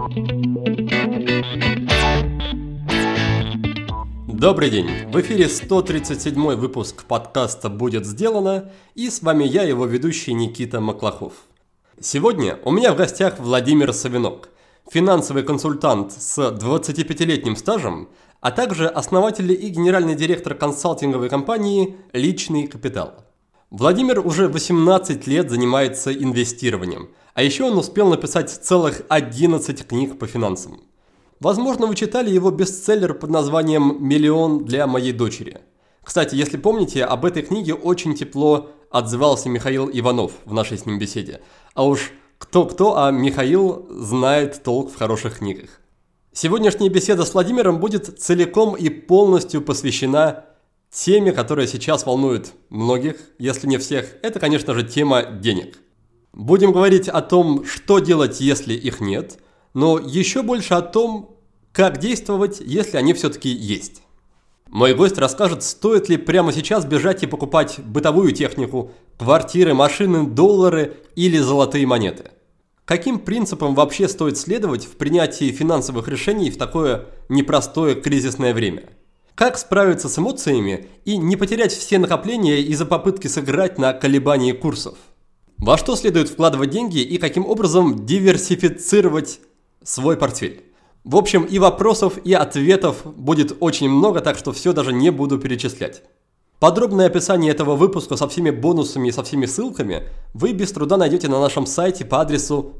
Добрый день! В эфире 137-й выпуск подкаста «Будет сделано», и с вами я, его ведущий Никита Маклахов. Сегодня у меня в гостях Владимир Савинок, финансовый консультант с 25-летним стажем, а также основатель и генеральный директор консалтинговой компании «Личный капитал». Владимир уже 18 лет занимается инвестированием, а еще он успел написать целых 11 книг по финансам. Возможно, вы читали его бестселлер под названием «Миллион для моей дочери». Кстати, если помните, об этой книге очень тепло отзывался Михаил Иванов в нашей с ним беседе. А уж кто-кто, а Михаил знает толк в хороших книгах. Сегодняшняя беседа с Владимиром будет целиком и полностью посвящена теме, которая сейчас волнует многих, если не всех. Это, конечно же, тема денег. Будем говорить о том, что делать, если их нет, но еще больше о том, как действовать, если они все-таки есть. Мой гость расскажет, стоит ли прямо сейчас бежать и покупать бытовую технику, квартиры, машины, доллары или золотые монеты. Каким принципам вообще стоит следовать в принятии финансовых решений в такое непростое кризисное время? Как справиться с эмоциями и не потерять все накопления из-за попытки сыграть на колебании курсов? Во что следует вкладывать деньги и каким образом диверсифицировать свой портфель? В общем, и вопросов, и ответов будет очень много, так что все даже не буду перечислять. Подробное описание этого выпуска со всеми бонусами и со всеми ссылками вы без труда найдете на нашем сайте по адресу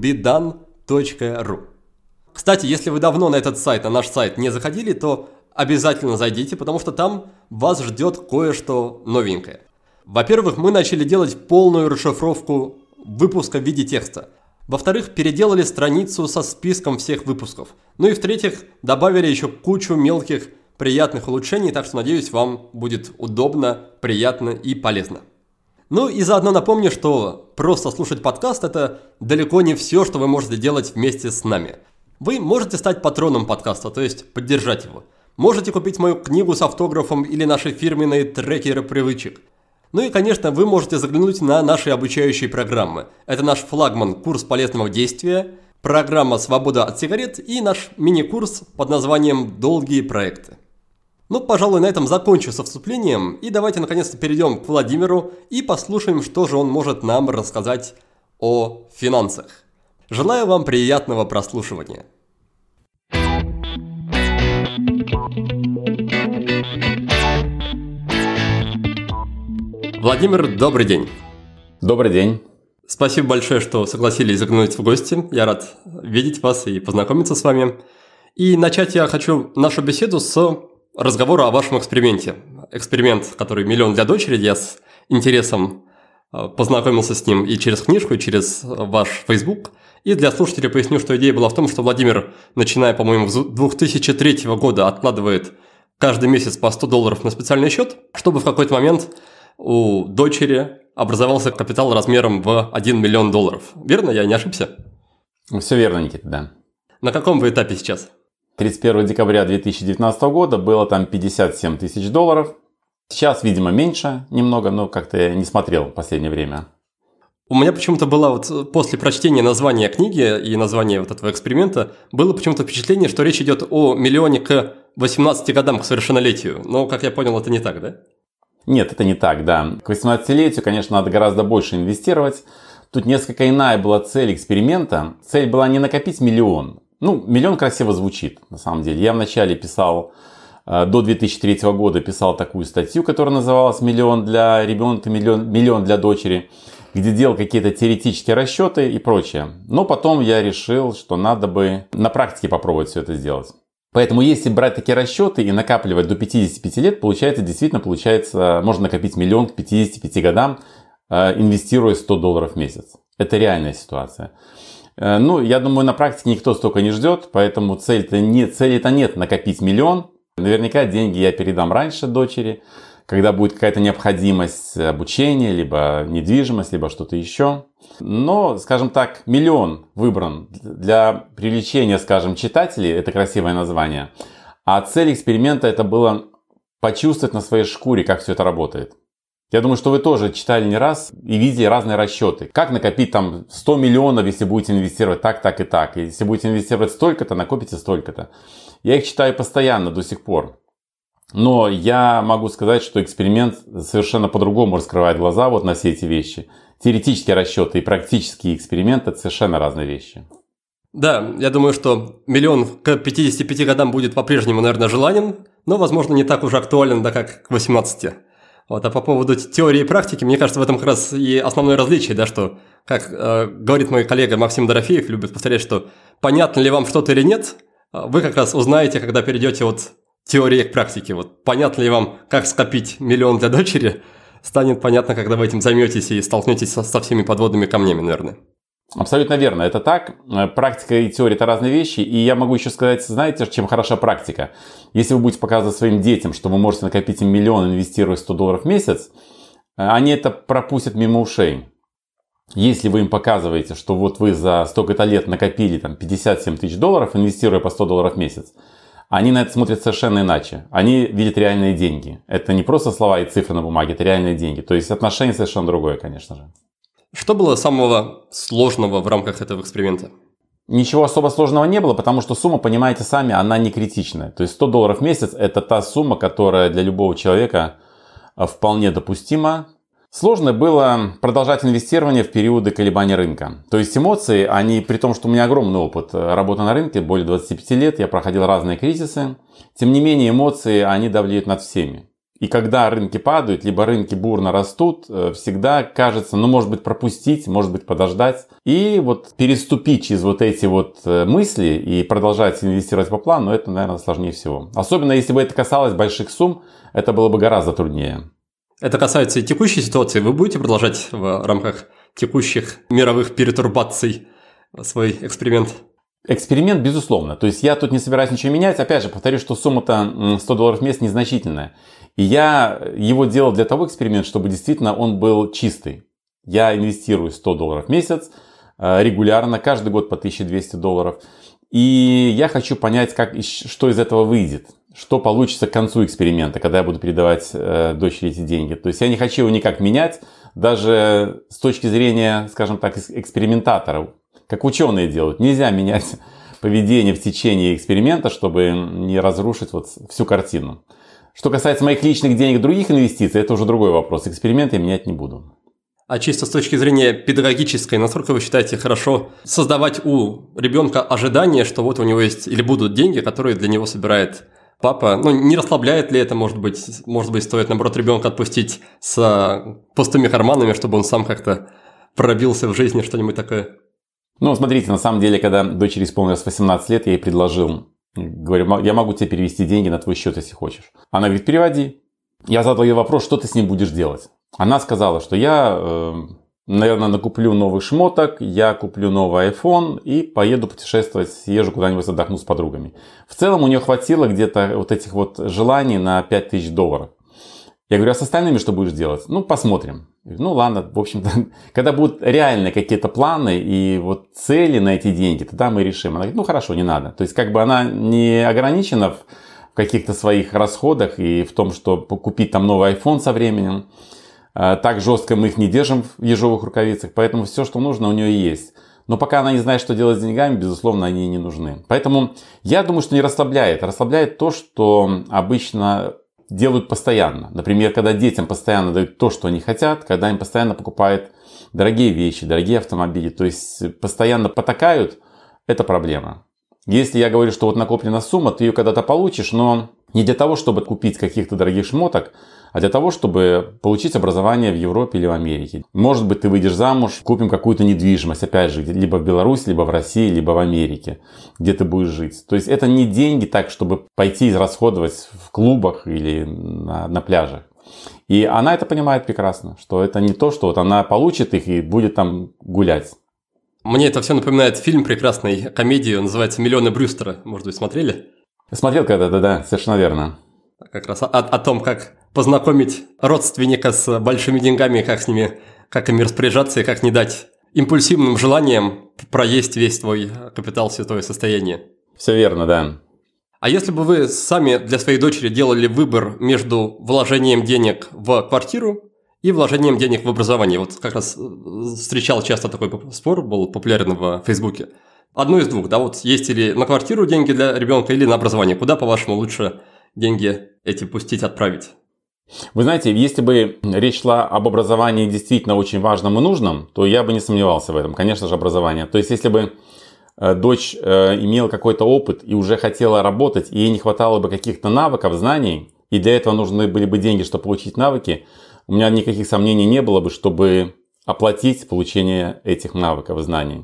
willbedone.ru. Кстати, если вы давно на этот сайт, на наш сайт не заходили, то обязательно зайдите, потому что там вас ждет кое-что новенькое. Во-первых, мы начали делать полную расшифровку выпуска в виде текста. Во-вторых, переделали страницу со списком всех выпусков. Ну и в-третьих, добавили еще кучу мелких приятных улучшений, так что, надеюсь, вам будет удобно, приятно и полезно. Ну и заодно напомню, что просто слушать подкаст – это далеко не все, что вы можете делать вместе с нами. Вы можете стать патроном подкаста, то есть поддержать его. Можете купить мою книгу с автографом или наши фирменные трекеры привычек. Ну и, конечно, вы можете заглянуть на наши обучающие программы. Это наш флагман «Курс полезного действия», программа «Свобода от сигарет» и наш мини-курс под названием «Долгие проекты». Ну, пожалуй, на этом закончу со вступлением, и давайте наконец-то перейдем к Владимиру и послушаем, что же он может нам рассказать о финансах. Желаю вам приятного прослушивания. Владимир, добрый день. Добрый день. Спасибо большое, что согласились заглянуть в гости. Я рад видеть вас и познакомиться с вами. И начать я хочу нашу беседу с разговора о вашем эксперименте. Эксперимент, который «Миллион для дочери». Я с интересом познакомился с ним и через книжку, и через ваш Facebook. И для слушателей поясню, что идея была в том, что Владимир, начиная, по-моему, с 2003 года, откладывает каждый месяц по $100 на специальный счет, чтобы в какой-то момент у дочери образовался капитал размером в $1 миллион. Верно? Я не ошибся? Все верно, Никита, да. На каком вы этапе сейчас? 31 декабря 2019 года было там $57 тысяч. Сейчас, видимо, меньше немного, но как-то я не смотрел в последнее время. У меня почему-то было вот после прочтения названия книги и названия вот этого эксперимента было почему-то впечатление, что речь идет о миллионе к 18 годам, к совершеннолетию. Но, как я понял, это не так, да? Нет, это не так, да. К 18-летию, конечно, надо гораздо больше инвестировать. Тут несколько иная была цель эксперимента. Цель была не накопить миллион. Ну, миллион красиво звучит, на самом деле. Я вначале писал, до 2003 года писал такую статью, которая называлась «Миллион для ребенка, миллион для дочери», где делал какие-то теоретические расчеты и прочее. Но потом я решил, что надо бы на практике попробовать все это сделать. Поэтому если брать такие расчеты и накапливать до 55 лет, получается, можно накопить миллион к 55 годам, инвестируя $100 в месяц. Это реальная ситуация. Ну, я думаю, на практике никто столько не ждет, поэтому цели-то нет накопить миллион. Наверняка деньги я передам раньше дочери, когда будет какая-то необходимость обучения, либо недвижимость, либо что-то еще. Но, скажем так, миллион выбран для привлечения, скажем, читателей, это красивое название. А цель эксперимента это было почувствовать на своей шкуре, как все это работает. Я думаю, что вы тоже читали не раз и видели разные расчеты. Как накопить там 100 миллионов, если будете инвестировать так, так и так. И если будете инвестировать столько-то, накопите столько-то. Я их читаю постоянно до сих пор. Но я могу сказать, что эксперимент совершенно по-другому раскрывает глаза вот на все эти вещи. Теоретические расчеты и практические эксперименты – это совершенно разные вещи. Да, я думаю, что миллион к 55 годам будет по-прежнему, наверное, желанен, но, возможно, не так уже актуален, да, как к 18. Вот, а по поводу теории и практики, мне кажется, в этом как раз и основное различие, да, что, как говорит мой коллега Максим Дорофеев, любит повторять, что понятно ли вам что-то или нет, вы как раз узнаете, когда перейдете от теории к практике. Вот, понятно ли вам, как скопить миллион для дочери, станет понятно, когда вы этим займетесь и столкнетесь со всеми подводными камнями, наверное. Абсолютно верно, это так. Практика и теория – это разные вещи. И я могу еще сказать, знаете, чем хороша практика? Если вы будете показывать своим детям, что вы можете накопить им миллион, инвестируя $100 в месяц, они это пропустят мимо ушей. Если вы им показываете, что вот вы за столько-то лет накопили там, $57 тысяч, инвестируя по $100 в месяц, они на это смотрят совершенно иначе. Они видят реальные деньги. Это не просто слова и цифры на бумаге, это реальные деньги. То есть отношение совершенно другое, конечно же. Что было самого сложного в рамках этого эксперимента? Ничего особо сложного не было, потому что сумма, понимаете сами, она не критичная. То есть $100 в месяц – это та сумма, которая для любого человека вполне допустима. Сложно было продолжать инвестирование в периоды колебания рынка. То есть эмоции, они, при том, что у меня огромный опыт работы на рынке, более 25 лет, я проходил разные кризисы. Тем не менее, эмоции, они давлеют над всеми. И когда рынки падают, либо рынки бурно растут, всегда кажется, может быть, пропустить, может быть, подождать. И вот переступить через вот эти вот мысли и продолжать инвестировать по плану, это, наверное, сложнее всего. Особенно, если бы это касалось больших сумм, это было бы гораздо труднее. Это касается и текущей ситуации. Вы будете продолжать в рамках текущих мировых перетурбаций свой эксперимент? Эксперимент, безусловно. То есть я тут не собираюсь ничего менять. Опять же, повторю, что сумма-то $100 в месяц незначительная. И я его делал для того эксперимента, чтобы действительно он был чистый. Я инвестирую $100 в месяц регулярно, каждый год по $1200. И я хочу понять, что из этого выйдет. Что получится к концу эксперимента, когда я буду передавать дочери эти деньги. То есть я не хочу его никак менять, даже с точки зрения, скажем так, экспериментаторов. Как ученые делают. Нельзя менять поведение в течение эксперимента, чтобы не разрушить вот всю картину. Что касается моих личных денег, других инвестиций, это уже другой вопрос. Эксперимент я менять не буду. А чисто с точки зрения педагогической, насколько вы считаете хорошо создавать у ребенка ожидание, что вот у него есть или будут деньги, которые для него собирает папа? Не расслабляет ли это, может быть, стоит, наоборот, ребенка отпустить с пустыми карманами, чтобы он сам как-то пробился в жизни, что-нибудь такое? Смотрите, на самом деле, когда дочери исполнилось 18 лет, я ей предложил, говорю, я могу тебе перевести деньги на твой счет, если хочешь. Она говорит, переводи. Я задал ей вопрос, что ты с ним будешь делать? Она сказала, что я, наверное, накуплю новых шмоток, я куплю новый iPhone и поеду путешествовать, съезжу куда-нибудь отдохну с подругами. В целом у нее хватило где-то вот этих вот желаний на $5000. Я говорю, а с остальными что будешь делать? Посмотрим. Ладно, в общем-то, когда будут реальные какие-то планы и вот цели на эти деньги, тогда мы решим. Она говорит, хорошо, не надо. То есть, она не ограничена в каких-то своих расходах и в том, что купить там новый iPhone со временем. Так жестко мы их не держим в ежовых рукавицах, поэтому все, что нужно, у нее есть. Но пока она не знает, что делать с деньгами, безусловно, они ей не нужны. Поэтому я думаю, что не расслабляет. Расслабляет то, что обычно делают постоянно. Например, когда детям постоянно дают то, что они хотят, когда им постоянно покупают дорогие вещи, дорогие автомобили, то есть постоянно потакают, это проблема. Если я говорю, что вот накоплена сумма, ты ее когда-то получишь, но не для того, чтобы купить каких-то дорогих шмоток, а для того, чтобы получить образование в Европе или в Америке. Может быть, ты выйдешь замуж, купим какую-то недвижимость, опять же, либо в Беларуси, либо в России, либо в Америке, где ты будешь жить. То есть это не деньги так, чтобы пойти израсходовать в клубах или на пляжах. И она это понимает прекрасно, что это не то, что вот она получит их и будет там гулять. Мне это все напоминает фильм прекрасной комедии, он называется «Миллионы Брюстера». Может быть, смотрели? Смотрел когда-то, да, совершенно верно. Как раз о том, как познакомить родственника с большими деньгами, как ими распоряжаться и как не дать импульсивным желаниям проесть весь твой капитал, все твое состояние. Все верно, да. А если бы вы сами для своей дочери делали выбор между вложением денег в квартиру и вложением денег в образование. Вот как раз встречал часто такой спор, был популярен в Фейсбуке. Одно из двух, да, вот есть или на квартиру деньги для ребенка, или на образование. Куда, по-вашему, лучше деньги эти пустить, отправить? Вы знаете, если бы речь шла об образовании действительно очень важном и нужном, то я бы не сомневался в этом. Конечно же, образование. То есть, если бы дочь имела какой-то опыт и уже хотела работать, и ей не хватало бы каких-то навыков, знаний, и для этого нужны были бы деньги, чтобы получить навыки, у меня никаких сомнений не было бы, чтобы оплатить получение этих навыков и знаний.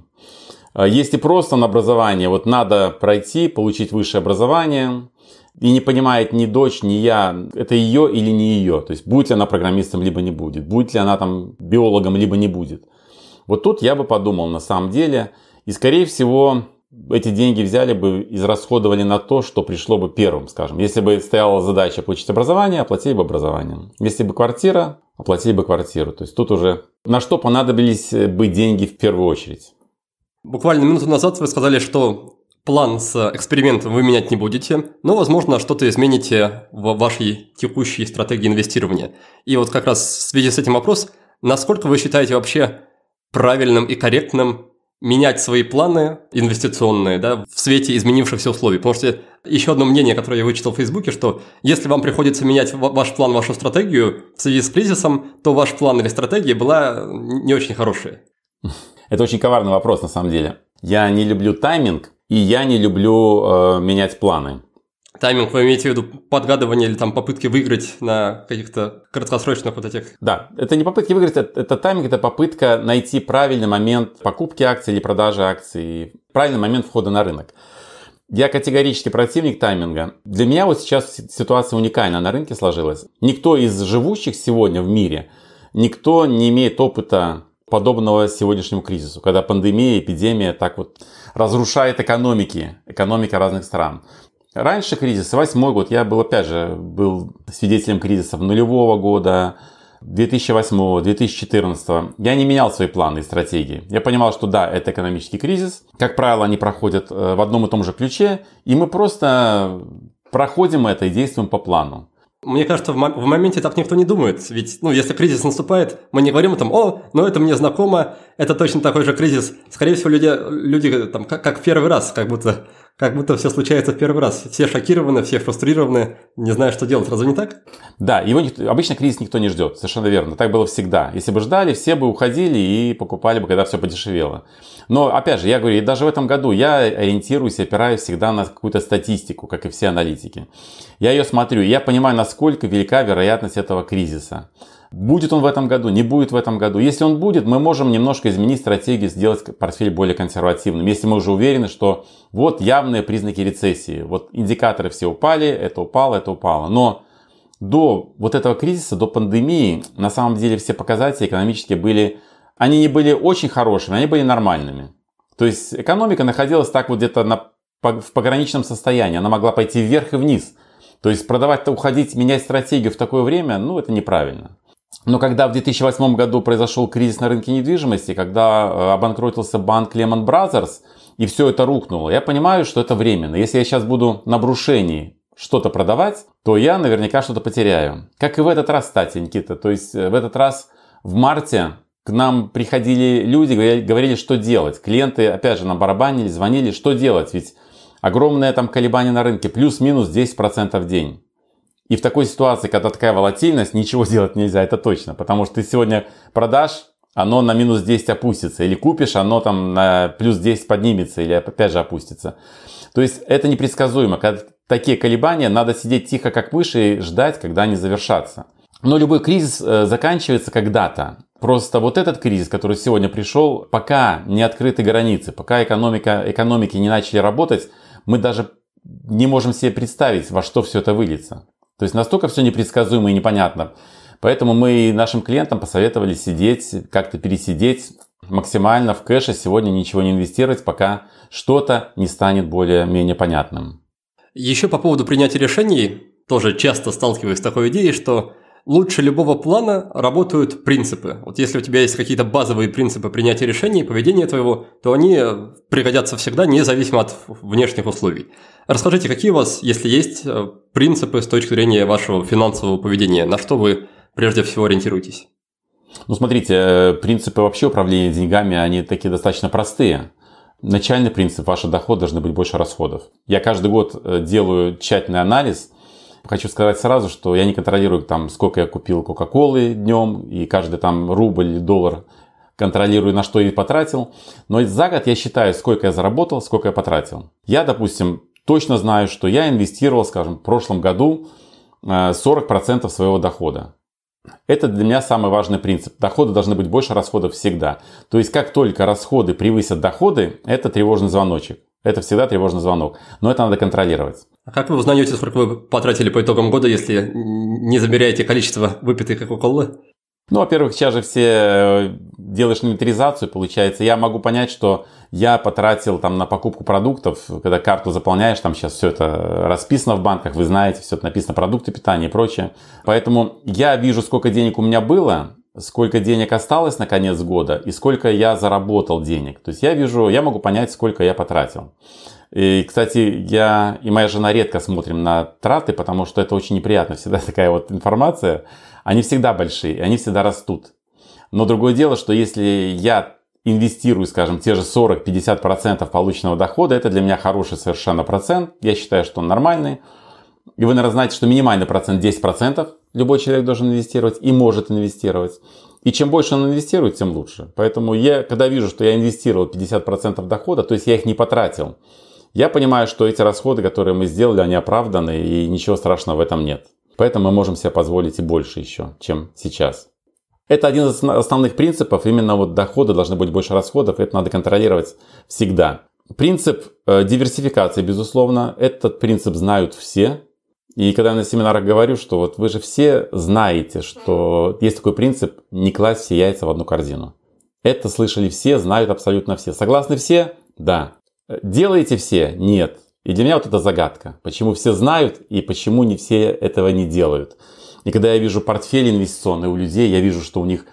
Если просто на образование, вот надо пройти, получить высшее образование, и не понимает ни дочь, ни я, это ее или не ее. То есть, будет ли она программистом, либо не будет. Будет ли она там биологом, либо не будет. Вот тут я бы подумал на самом деле. И, скорее всего, эти деньги взяли бы, израсходовали на то, что пришло бы первым, скажем. Если бы стояла задача получить образование, оплатили бы образование. Если бы квартира, оплатили бы квартиру. То есть, тут уже на что понадобились бы деньги в первую очередь. Буквально минуту назад вы сказали, что план с экспериментом вы менять не будете, но, возможно, что-то измените в вашей текущей стратегии инвестирования. И вот как раз в связи с этим вопрос, насколько вы считаете вообще правильным и корректным менять свои планы инвестиционные, да, в свете изменившихся условий? Потому что еще одно мнение, которое я вычитал в Фейсбуке, что если вам приходится менять ваш план, вашу стратегию в связи с кризисом, то ваш план или стратегия была не очень хорошая. Это очень коварный вопрос на самом деле. Я не люблю тайминг, и я не люблю менять планы. Тайминг вы имеете в виду подгадывание или там попытки выиграть на каких-то краткосрочных вот этих? Да, это не попытки выиграть, это тайминг, это попытка найти правильный момент покупки акций или продажи акций, правильный момент входа на рынок. Я категорически противник тайминга. Для меня вот сейчас ситуация уникальна на рынке сложилась. Никто из живущих сегодня в мире, никто не имеет опыта подобного сегодняшнему кризису, когда пандемия, эпидемия так вот разрушает экономики разных стран. Раньше кризис, 2008 год, я был, опять же, был свидетелем кризисов нулевого года, 2008, 2014. Я не менял свои планы и стратегии. Я понимал, что да, это экономический кризис. Как правило, они проходят в одном и том же ключе, и мы просто проходим это и действуем по плану. Мне кажется, в моменте так никто не думает. Ведь, если кризис наступает, мы не говорим там, это мне знакомо, это точно такой же кризис. Скорее всего, люди там, как в первый раз, как будто все случается в первый раз. Все шокированы, все фрустрированы, не знают, что делать. Разве не так? Да, обычно кризис никто не ждет, совершенно верно. Так было всегда. Если бы ждали, все бы уходили и покупали бы, когда все подешевело. Но, опять же, я говорю, и даже в этом году я ориентируюсь, опираюсь всегда на какую-то статистику, как и все аналитики. Я ее смотрю, и я понимаю, насколько велика вероятность этого кризиса. Будет он в этом году, не будет в этом году. Если он будет, мы можем немножко изменить стратегию, сделать портфель более консервативным. Если мы уже уверены, что вот явные признаки рецессии. Вот индикаторы все упали, это упало, это упало. Но до вот этого кризиса, до пандемии, на самом деле все показатели экономические они не были очень хорошими, они были нормальными. То есть экономика находилась так вот где-то в пограничном состоянии. Она могла пойти вверх и вниз. То есть уходить, менять стратегию в такое время, это неправильно. Но когда в 2008 году произошел кризис на рынке недвижимости, когда обанкротился банк Lehman Brothers, и все это рухнуло, я понимаю, что это временно. Если я сейчас буду на брушении что-то продавать, то я наверняка что-то потеряю. Как и в этот раз, кстати, Никита. То есть в этот раз в марте к нам приходили люди, говорили, что делать. Клиенты, опять же, нам барабанили, звонили, что делать. Ведь огромное там колебание на рынке, плюс-минус 10% в день. И в такой ситуации, когда такая волатильность, ничего делать нельзя, это точно. Потому что ты сегодня продашь, оно на минус 10 опустится. Или купишь, оно там на плюс 10 поднимется или опять же опустится. То есть это непредсказуемо. Когда такие колебания, надо сидеть тихо, как мыши, и ждать, когда они завершатся. Но любой кризис заканчивается когда-то. Просто вот этот кризис, который сегодня пришел, пока не открыты границы, пока экономики не начали работать, мы даже не можем себе представить, во что все это выльется. То есть настолько все непредсказуемо и непонятно. Поэтому мы нашим клиентам посоветовали сидеть, как-то пересидеть максимально в кэше, сегодня ничего не инвестировать, пока что-то не станет более-менее понятным. Еще по поводу принятия решений, тоже часто сталкиваюсь с такой идеей, что лучше любого плана работают принципы. Вот если у тебя есть какие-то базовые принципы принятия решений, поведения твоего, то они пригодятся всегда, независимо от внешних условий. Расскажите, какие у вас, если есть, принципы с точки зрения вашего финансового поведения, на что вы прежде всего ориентируетесь? Ну, смотрите, принципы вообще управления деньгами, они такие достаточно простые. Начальный принцип: ваши доходы должны быть больше расходов. Я каждый год делаю тщательный анализ. Хочу сказать сразу, что я не контролирую, там, сколько я купил Кока-Колы днем, и каждый там рубль или доллар контролирую, на что я потратил. Но за год я считаю, сколько я заработал, сколько я потратил. Я, допустим, точно знаю, что я инвестировал, скажем, в прошлом году 40% своего дохода. Это для меня самый важный принцип. Доходы должны быть больше расходов всегда. То есть, как только расходы превысят доходы, это тревожный звоночек. Это всегда тревожный звонок. Но это надо контролировать. А как вы узнаете, сколько вы потратили по итогам года, если не замеряете количество выпитой Кока-Колы? Ну, во-первых, сейчас же все делаешь инвентаризацию, получается. Я могу понять, что я потратил там на покупку продуктов, когда карту заполняешь, там сейчас все это расписано в банках, вы знаете, все это написано, продукты питания и прочее. Поэтому я вижу, сколько денег у меня было, сколько денег осталось на конец года и сколько я заработал денег. То есть я могу понять, сколько я потратил. И, кстати, я и моя жена редко смотрим на траты, потому что это очень неприятно. Всегда такая вот информация. Они всегда большие, они всегда растут. Но другое дело, что если я инвестирую, скажем, те же 40-50% полученного дохода, это для меня хороший совершенно процент. Я считаю, что он нормальный. И вы, наверное, знаете, что минимальный процент 10% любой человек должен инвестировать и может инвестировать. И чем больше он инвестирует, тем лучше. Поэтому я, когда вижу, что я инвестировал 50% дохода, то есть я их не потратил, я понимаю, что эти расходы, которые мы сделали, они оправданы, и ничего страшного в этом нет. Поэтому мы можем себе позволить и больше еще, чем сейчас. Это один из основных принципов. Именно вот доходы должны быть больше расходов. Это надо контролировать всегда. Принцип диверсификации, безусловно. Этот принцип знают все. И когда я на семинарах говорю, что вот вы же все знаете, что есть такой принцип не класть все яйца в одну корзину. Это слышали все, знают абсолютно все. Согласны все? Да. Делаете все? Нет. И для меня вот это загадка. Почему все знают и почему не все этого не делают. И когда я вижу портфель инвестиционный у людей, я вижу, что у них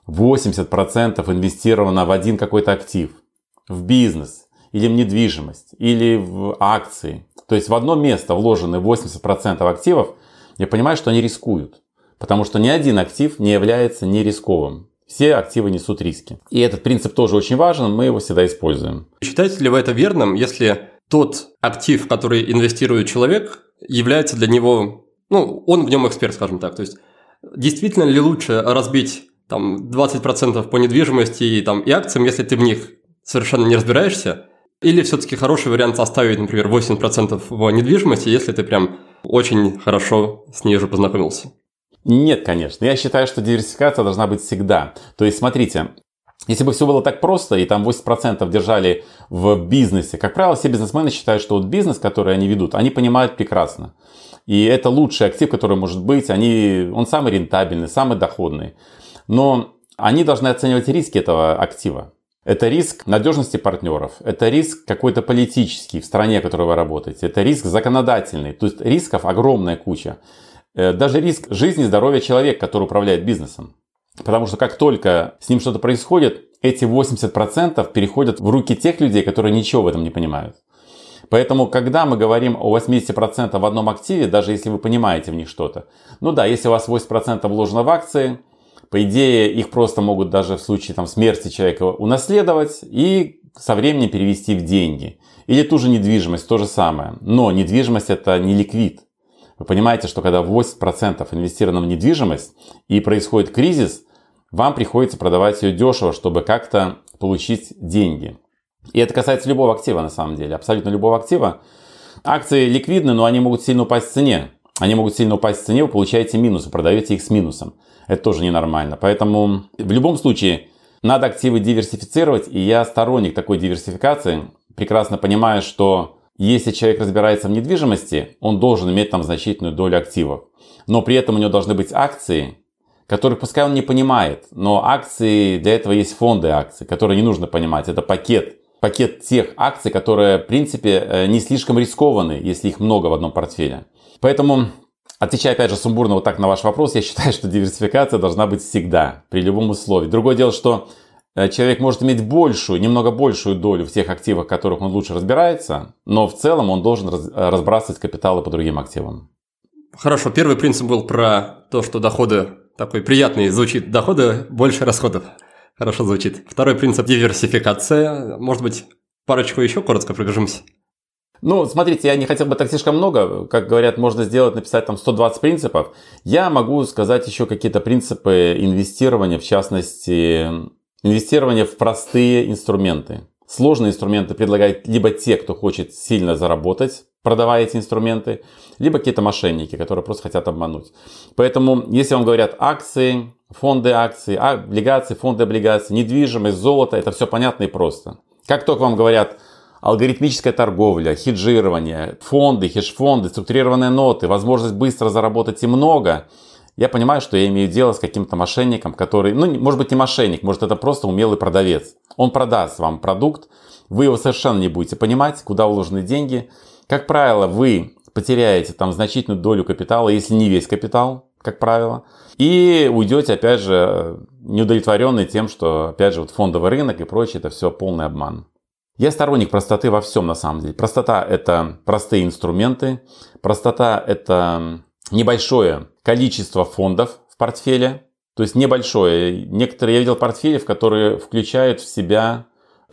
80% инвестировано в один какой-то актив. В бизнес, или в недвижимость, или в акции. То есть в одно место вложены 80% активов. Я понимаю, что они рискуют. Потому что ни один актив не является нерисковым. Все активы несут риски. И этот принцип тоже очень важен, мы его всегда используем. Считаете ли вы это верным, если тот актив, в который инвестирует человек, является для него, он в нем эксперт, скажем так. То есть, действительно ли лучше разбить там 20% по недвижимости и акциям, если ты в них совершенно не разбираешься? Или все-таки хороший вариант оставить, например, 80% в недвижимости, если ты прям очень хорошо с ней уже познакомился? Нет, конечно. Я считаю, что диверсификация должна быть всегда. То есть, смотрите, если бы все было так просто, и там 80% держали в бизнесе, как правило, все бизнесмены считают, что вот бизнес, который они ведут, они понимают прекрасно. И это лучший актив, который может быть. Он самый рентабельный, самый доходный. Но они должны оценивать риски этого актива. Это риск надежности партнеров, это риск какой-то политический в стране, в которой вы работаете, это риск законодательный. То есть рисков огромная куча. Даже риск жизни и здоровья человека, который управляет бизнесом. Потому что как только с ним что-то происходит, эти 80% переходят в руки тех людей, которые ничего в этом не понимают. Поэтому, когда мы говорим о 80% в одном активе, даже если вы понимаете в них что-то, если у вас 80% вложено в акции, по идее, их просто могут даже в случае смерти человека унаследовать и со временем перевести в деньги. Или ту же недвижимость, то же самое. Но недвижимость это не ликвид. Вы понимаете, что когда 80% инвестировано в недвижимость и происходит кризис, вам приходится продавать ее дешево, чтобы как-то получить деньги. И это касается любого актива на самом деле, абсолютно любого актива. Акции ликвидны, но они могут сильно упасть в цене. Вы получаете минус, продаете их с минусом. Это тоже ненормально. Поэтому в любом случае надо активы диверсифицировать. И я сторонник такой диверсификации. Прекрасно понимаю, что если человек разбирается в недвижимости, он должен иметь там значительную долю активов. Но при этом у него должны быть акции, которых пускай он не понимает. Но акции, для этого есть фонды акций, которые не нужно понимать. Это пакет тех акций, которые, в принципе, не слишком рискованы, если их много в одном портфеле. Поэтому, отвечая опять же сумбурно вот так на ваш вопрос, я считаю, что диверсификация должна быть всегда, при любом условии. Другое дело, что человек может иметь немного большую долю в тех активах, в которых он лучше разбирается, но в целом он должен разбрасывать капиталы по другим активам. Хорошо, первый принцип был про то, что доходы Такой приятный звучит. Доходы больше расходов. Хорошо звучит. Второй принцип – диверсификация. Может быть, парочку еще коротко пробежимся? Ну, смотрите, я не хотел бы так слишком много. Как говорят, можно сделать, написать там 120 принципов. Я могу сказать еще какие-то принципы инвестирования, в частности, инвестирование в простые инструменты. Сложные инструменты предлагают либо те, кто хочет сильно заработать, продавая эти инструменты, либо какие-то мошенники, которые просто хотят обмануть. Поэтому, если вам говорят акции, фонды акций, облигации, фонды облигаций, недвижимость, золото, это все понятно и просто. Как только вам говорят алгоритмическая торговля, хеджирование, фонды, хедж-фонды, структурированные ноты, возможность быстро заработать и много, я понимаю, что я имею дело с каким-то мошенником, который, может быть, не мошенник, может, это просто умелый продавец. Он продаст вам продукт, вы его совершенно не будете понимать, куда вложены деньги. Как правило, вы потеряете там значительную долю капитала, если не весь капитал, как правило, и уйдете, опять же, неудовлетворенный тем, что, опять же, вот фондовый рынок и прочее, это все полный обман. Я сторонник простоты во всем, на самом деле. Простота – это простые инструменты, простота – это небольшое количество фондов в портфеле, то есть небольшое. Некоторые, я видел портфели, в которые включают в себя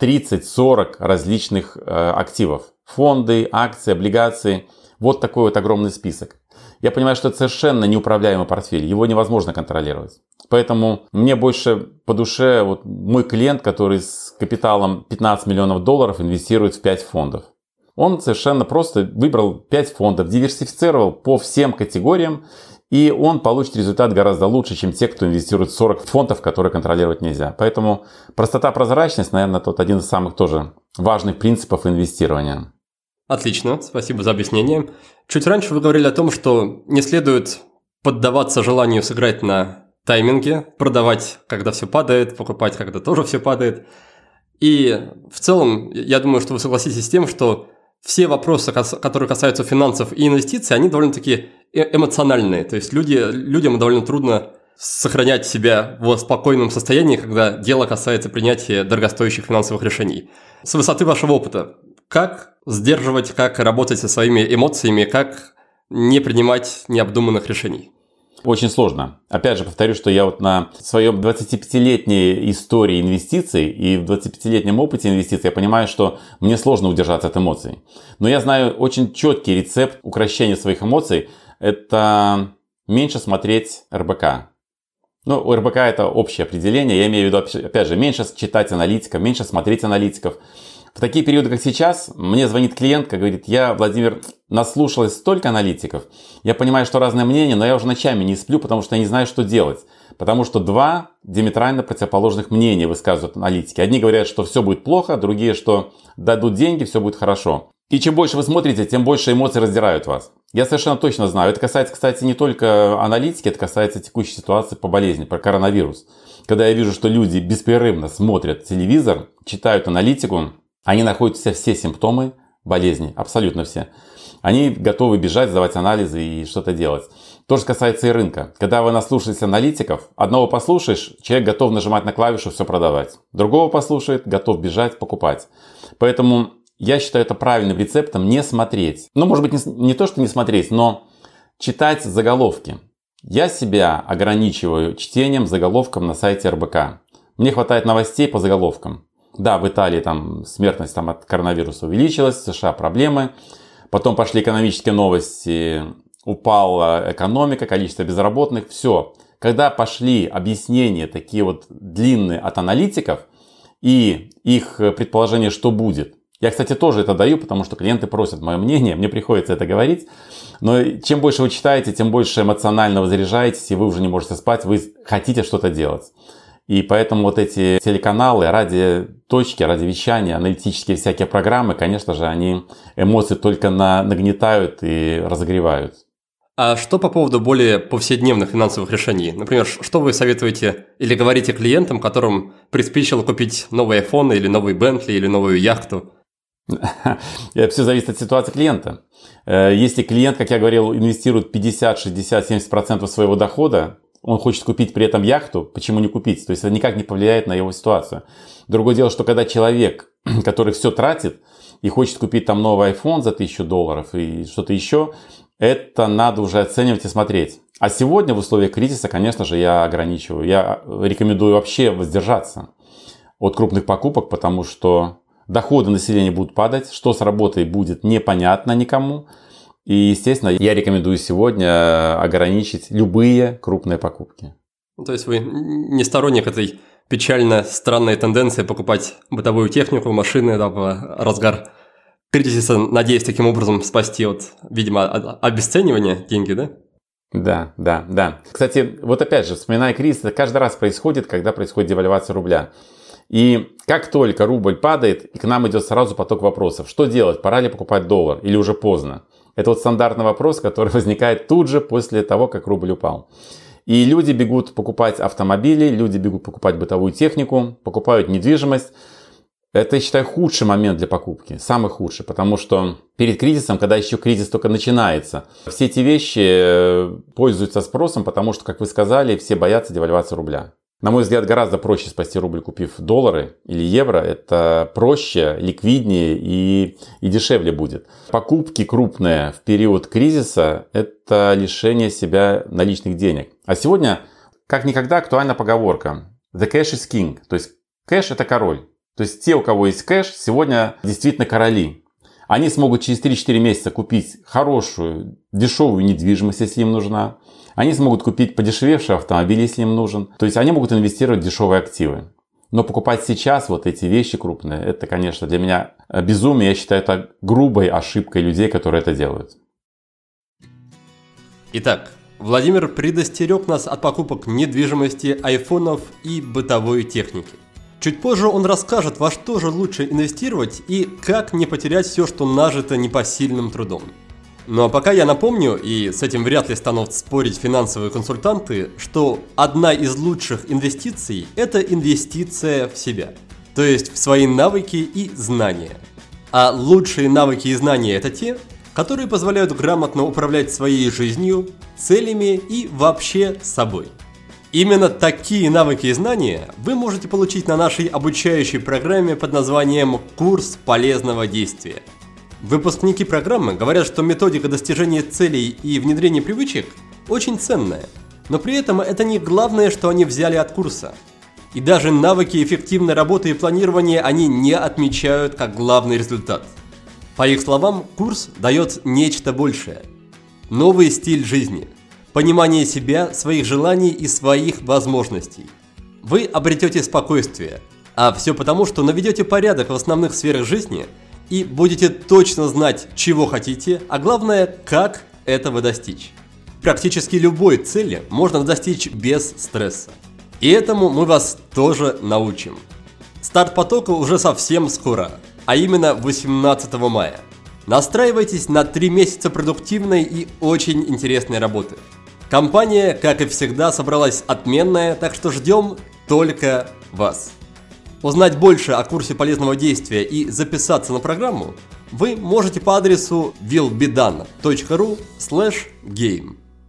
30-40 различных активов. Фонды, акции, облигации. Вот такой вот огромный список. Я понимаю, что это совершенно неуправляемый портфель, его невозможно контролировать. Поэтому мне больше по душе вот мой клиент, который с капиталом 15 миллионов долларов инвестирует в 5 фондов. Он совершенно просто выбрал 5 фондов, диверсифицировал по всем категориям, и он получит результат гораздо лучше, чем те, кто инвестирует в 40 фондов, которые контролировать нельзя. Поэтому простота, прозрачность, наверное, тот один из самых тоже важных принципов инвестирования. Отлично, спасибо за объяснение. Чуть раньше вы говорили о том, что не следует поддаваться желанию сыграть на тайминге, продавать, когда все падает, покупать, когда тоже все падает. И в целом, я думаю, что вы согласитесь с тем, что все вопросы, которые касаются финансов и инвестиций, они довольно-таки эмоциональные. То есть людям довольно трудно сохранять себя в спокойном состоянии, когда дело касается принятия дорогостоящих финансовых решений. С высоты вашего опыта, как сдерживать, как работать со своими эмоциями, как не принимать необдуманных решений? Очень сложно. Опять же, повторю, что я вот на своем 25-летней истории инвестиций и в 25-летнем опыте инвестиций я понимаю, что мне сложно удержаться от эмоций. Но я знаю очень четкий рецепт укрощения своих эмоций. Это меньше смотреть РБК. У РБК это общее определение. Я имею в виду, опять же, меньше читать аналитиков, меньше смотреть аналитиков. В такие периоды, как сейчас, мне звонит клиентка, говорит: я, Владимир, наслушалась столько аналитиков, я понимаю, что разные мнения, но я уже ночами не сплю, потому что я не знаю, что делать. Потому что два диаметрально противоположных мнения высказывают аналитики. Одни говорят, что все будет плохо, другие, что дадут деньги, все будет хорошо. И чем больше вы смотрите, тем больше эмоций раздирают вас. Я совершенно точно знаю. Это касается, кстати, не только аналитики, это касается текущей ситуации по болезни, про коронавирус. Когда я вижу, что люди беспрерывно смотрят телевизор, читают аналитику, они находят все симптомы болезни, абсолютно все. Они готовы бежать, сдавать анализы и что-то делать. То же касается и рынка. Когда вы наслушаетесь аналитиков, одного послушаешь, человек готов нажимать на клавишу «все продавать». Другого послушает, готов бежать, покупать. Поэтому я считаю это правильным рецептом не смотреть. Может быть, не то, что не смотреть, но читать заголовки. Я себя ограничиваю чтением заголовков на сайте РБК. Мне хватает новостей по заголовкам. Да, в Италии там смертность от коронавируса увеличилась, в США проблемы. Потом пошли экономические новости, упала экономика, количество безработных, все. Когда пошли объяснения такие вот длинные от аналитиков и их предположение, что будет. Я, кстати, тоже это даю, потому что клиенты просят мое мнение, мне приходится это говорить. Но чем больше вы читаете, тем больше эмоционально вы заряжаетесь, и вы уже не можете спать, вы хотите что-то делать. И поэтому вот эти телеканалы, радиоточки, радиовещания, аналитические всякие программы, конечно же, они эмоции только нагнетают и разогревают. А что по поводу более повседневных финансовых решений? Например, что вы советуете или говорите клиентам, которым приспичило купить новый iPhone или новый Bentley или новую яхту? Все зависит от ситуации клиента. Если клиент, как я говорил, инвестирует 50, 60, 70% своего дохода, он хочет купить при этом яхту, почему не купить? То есть это никак не повлияет на его ситуацию. Другое дело, что когда человек, который все тратит и хочет купить там новый iPhone за $1000 и что-то еще, это надо уже оценивать и смотреть. А сегодня в условиях кризиса, конечно же, я ограничиваю. Я рекомендую вообще воздержаться от крупных покупок, потому что доходы населения будут падать, что с работой будет непонятно никому. И, естественно, я рекомендую сегодня ограничить любые крупные покупки. То есть вы не сторонник этой печально странной тенденции покупать бытовую технику, машины в разгар кризиса, надеясь таким образом спасти от, видимо, обесценивания деньги, да? Да. Кстати, вот опять же, вспоминая кризис, это каждый раз происходит, когда происходит девальвация рубля. И как только рубль падает, к нам идет сразу поток вопросов. Что делать? Пора ли покупать доллар или уже поздно? Это вот стандартный вопрос, который возникает тут же после того, как рубль упал. И люди бегут покупать автомобили, люди бегут покупать бытовую технику, покупают недвижимость. Это, я считаю, худший момент для покупки, самый худший, потому что перед кризисом, когда еще кризис только начинается, все эти вещи пользуются спросом, потому что, как вы сказали, все боятся девальвации рубля. На мой взгляд, гораздо проще спасти рубль, купив доллары или евро. Это проще, ликвиднее и дешевле будет. Покупки крупные в период кризиса – это лишение себя наличных денег. А сегодня, как никогда, актуальна поговорка «The cash is king», то есть кэш – это король. То есть те, у кого есть кэш, сегодня действительно короли. Они смогут через 3-4 месяца купить хорошую, дешевую недвижимость, если им нужна. Они смогут купить подешевевший автомобиль, если им нужен. То есть они могут инвестировать в дешевые активы. Но покупать сейчас вот эти вещи крупные, это, конечно, для меня безумие. Я считаю, это грубой ошибкой людей, которые это делают. Итак, Владимир предостерег нас от покупок недвижимости, айфонов и бытовой техники. Чуть позже он расскажет, во что же лучше инвестировать и как не потерять все, что нажито непосильным трудом. Ну а пока я напомню, и с этим вряд ли станут спорить финансовые консультанты, что одна из лучших инвестиций – это инвестиция в себя, то есть в свои навыки и знания. А лучшие навыки и знания – это те, которые позволяют грамотно управлять своей жизнью, целями и вообще собой. Именно такие навыки и знания вы можете получить на нашей обучающей программе под названием «Курс полезного действия». Выпускники программы говорят, что методика достижения целей и внедрения привычек очень ценная, но при этом это не главное, что они взяли от курса. И даже навыки эффективной работы и планирования они не отмечают как главный результат. По их словам, курс дает нечто большее. Новый стиль жизни. Понимание себя, своих желаний и своих возможностей. Вы обретете спокойствие, а все потому, что наведете порядок в основных сферах жизни и будете точно знать, чего хотите, а главное, как этого достичь. Практически любой цели можно достичь без стресса. И этому мы вас тоже научим. Старт потока уже совсем скоро, а именно 18 мая. Настраивайтесь на 3 месяца продуктивной и очень интересной работы. Компания, как и всегда, собралась отменная, так что ждем только вас. Узнать больше о курсе полезного действия и записаться на программу вы можете по адресу willbedone.ru/game.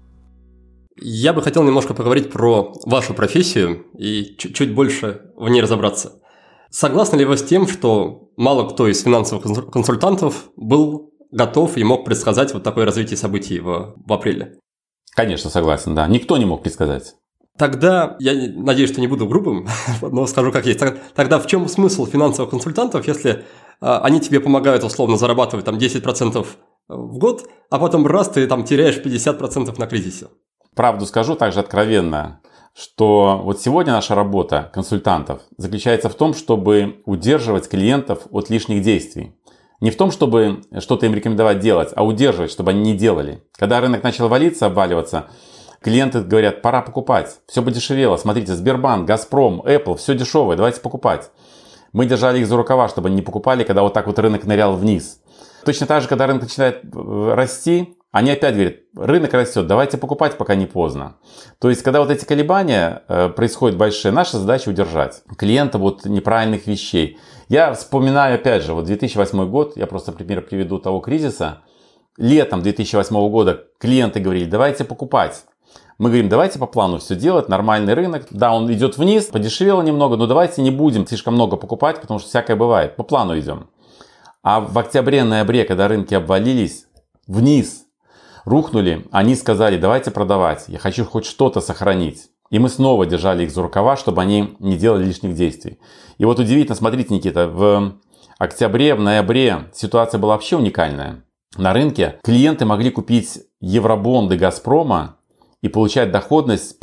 Я бы хотел немножко поговорить про вашу профессию и чуть больше в ней разобраться. Согласны ли вы с тем, что мало кто из финансовых консультантов был готов и мог предсказать вот такое развитие событий в апреле? Конечно, согласен, да. Никто не мог предсказать. Тогда, я надеюсь, что не буду грубым, но скажу как есть. Тогда в чем смысл финансовых консультантов, если они тебе помогают условно зарабатывать там 10% в год, а потом раз ты там теряешь 50% на кризисе? Правду скажу также откровенно, что вот сегодня наша работа консультантов заключается в том, чтобы удерживать клиентов от лишних действий. Не в том, чтобы что-то им рекомендовать делать, а удерживать, чтобы они не делали. Когда рынок начал валиться, обваливаться, клиенты говорят, пора покупать. Все подешевело. Смотрите, Сбербанк, Газпром, Apple, все дешевое, давайте покупать. Мы держали их за рукава, чтобы они не покупали, когда вот так вот рынок нырял вниз. Точно так же, когда рынок начинает расти, они опять говорят, рынок растет, давайте покупать, пока не поздно. То есть, когда вот эти колебания происходят большие, наша задача удержать клиента от неправильных вещей. Я вспоминаю, опять же, вот 2008 год, я просто пример приведу того кризиса. Летом 2008 года клиенты говорили, давайте покупать. Мы говорим, давайте по плану все делать, нормальный рынок. Да, он идет вниз, подешевело немного, но давайте не будем слишком много покупать, потому что всякое бывает. По плану идем. А в октябре-ноябре, когда рынки обвалились вниз, рухнули, они сказали: давайте продавать, я хочу хоть что-то сохранить. И мы снова держали их за рукава, чтобы они не делали лишних действий. И вот удивительно, смотрите, Никита, в октябре, в ноябре ситуация была вообще уникальная. На рынке клиенты могли купить евробонды «Газпрома» и получать доходность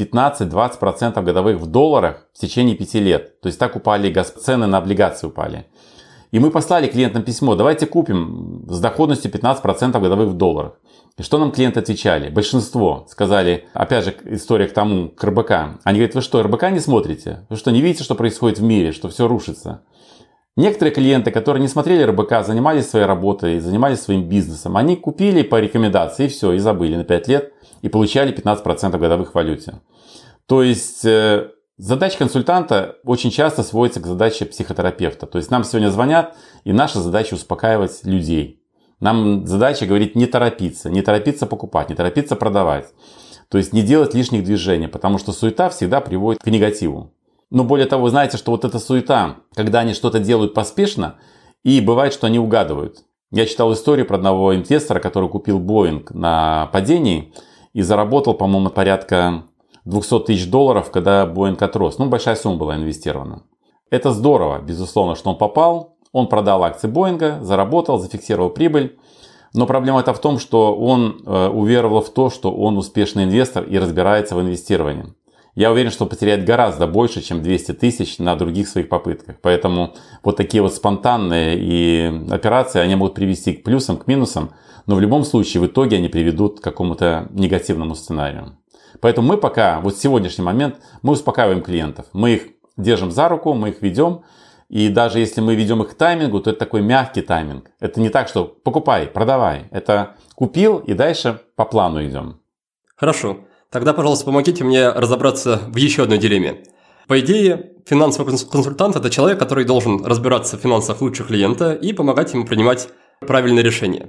15-20% годовых в долларах в течение 5 лет. То есть так упали цены на облигации упали. И мы послали клиентам письмо: давайте купим с доходностью 15% годовых в долларах. И что нам клиенты отвечали? Большинство сказали, опять же, история к тому, к РБК. Они говорят: вы что, РБК не смотрите? Вы что, не видите, что происходит в мире, что все рушится? Некоторые клиенты, которые не смотрели РБК, занимались своей работой, занимались своим бизнесом, они купили по рекомендации и все, и забыли на 5 лет, и получали 15% годовых в валюте. То есть задача консультанта очень часто сводится к задаче психотерапевта. То есть нам сегодня звонят, и наша задача успокаивать людей. Нам задача говорить: не торопиться покупать, не торопиться продавать. То есть не делать лишних движений, потому что суета всегда приводит к негативу. Но более того, вы знаете, что вот эта суета, когда они что-то делают поспешно, и бывает, что они угадывают. Я читал историю про одного инвестора, который купил Боинг на падении и заработал, по-моему, порядка $200 тысяч, когда Боинг отрос. Ну, большая сумма была инвестирована. Это здорово, безусловно, что он попал. Он продал акции Боинга, заработал, зафиксировал прибыль. Но проблема-то в том, что он уверовал в то, что он успешный инвестор и разбирается в инвестировании. Я уверен, что потеряет гораздо больше, чем 200 тысяч на других своих попытках. Поэтому вот такие вот спонтанные и операции, они могут привести к плюсам, к минусам. Но в любом случае, в итоге они приведут к какому-то негативному сценарию. Поэтому мы пока, вот в сегодняшний момент, мы успокаиваем клиентов. Мы их держим за руку, мы их ведем. И даже если мы ведем их к таймингу, то это такой мягкий тайминг. Это не так, что покупай, продавай. Это купил и дальше по плану идем. Хорошо. Тогда, пожалуйста, помогите мне разобраться в еще одной дилемме. По идее, финансовый консультант – это человек, который должен разбираться в финансах лучше клиента и помогать ему принимать правильные решения.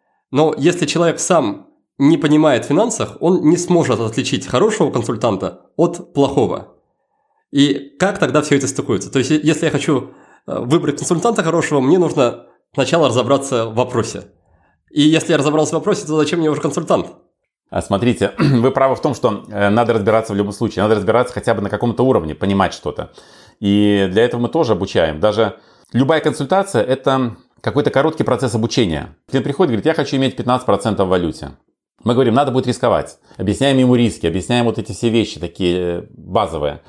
Но если человек сам не понимает в финансах, он не сможет отличить хорошего консультанта от плохого. И как тогда все это стыкуется? То есть, если я хочу выбрать консультанта хорошего, мне нужно сначала разобраться в вопросе. И если я разобрался в вопросе, то зачем мне уже консультант? Смотрите, вы правы в том, что надо разбираться в любом случае. Надо разбираться хотя бы на каком-то уровне, понимать что-то. И для этого мы тоже обучаем. Даже любая консультация – это какой-то короткий процесс обучения. Клиент приходит и говорит: я хочу иметь 15% в валюте. Мы говорим: надо будет рисковать. Объясняем ему риски, объясняем вот эти все вещи такие базовые.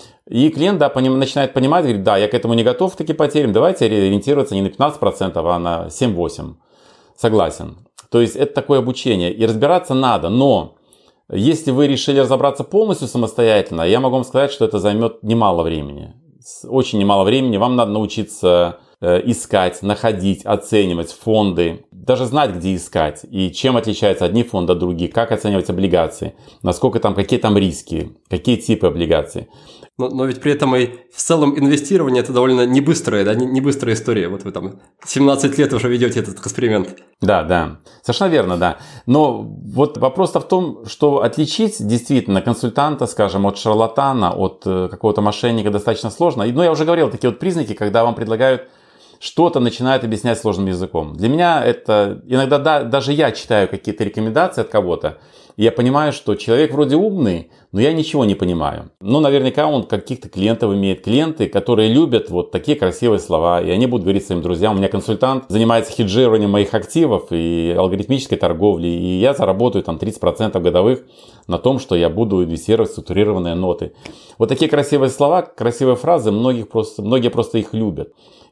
И клиент, да, начинает понимать, говорит: да, я к этому не готов к таким потерям, давайте ориентироваться не на 15%, а на 7-8%. Согласен. То есть это такое обучение. И разбираться надо, но если вы решили разобраться полностью самостоятельно, я могу вам сказать, что это займет немало времени. Очень немало времени. Вам надо научиться искать, находить, оценивать фонды, даже знать, где искать и чем отличаются одни фонды от других, как оценивать облигации, насколько там, какие там риски, какие типы облигаций. Но ведь при этом и в целом инвестирование – это довольно не быстрая, да, не быстрая история. Вот вы там 17 лет уже ведете этот эксперимент. Да, совершенно верно, да. Но вот вопрос-то в том, что отличить действительно консультанта, скажем, от шарлатана, от какого-то мошенника достаточно сложно. Но я уже говорил, такие вот признаки, когда вам предлагают что-то, начинают объяснять сложным языком. Для меня это иногда даже я читаю какие-то рекомендации от кого-то, и я понимаю, что человек вроде умный, но я ничего не понимаю. Ну, наверняка он каких-то клиентов имеет. Клиенты, которые любят вот такие красивые слова, и они будут говорить своим друзьям: у меня консультант занимается хеджированием моих активов и алгоритмической торговлей, и я заработаю там 30% годовых на том, что я буду инвестировать в структурированные ноты. Вот такие красивые слова, красивые фразы, многие просто их любят.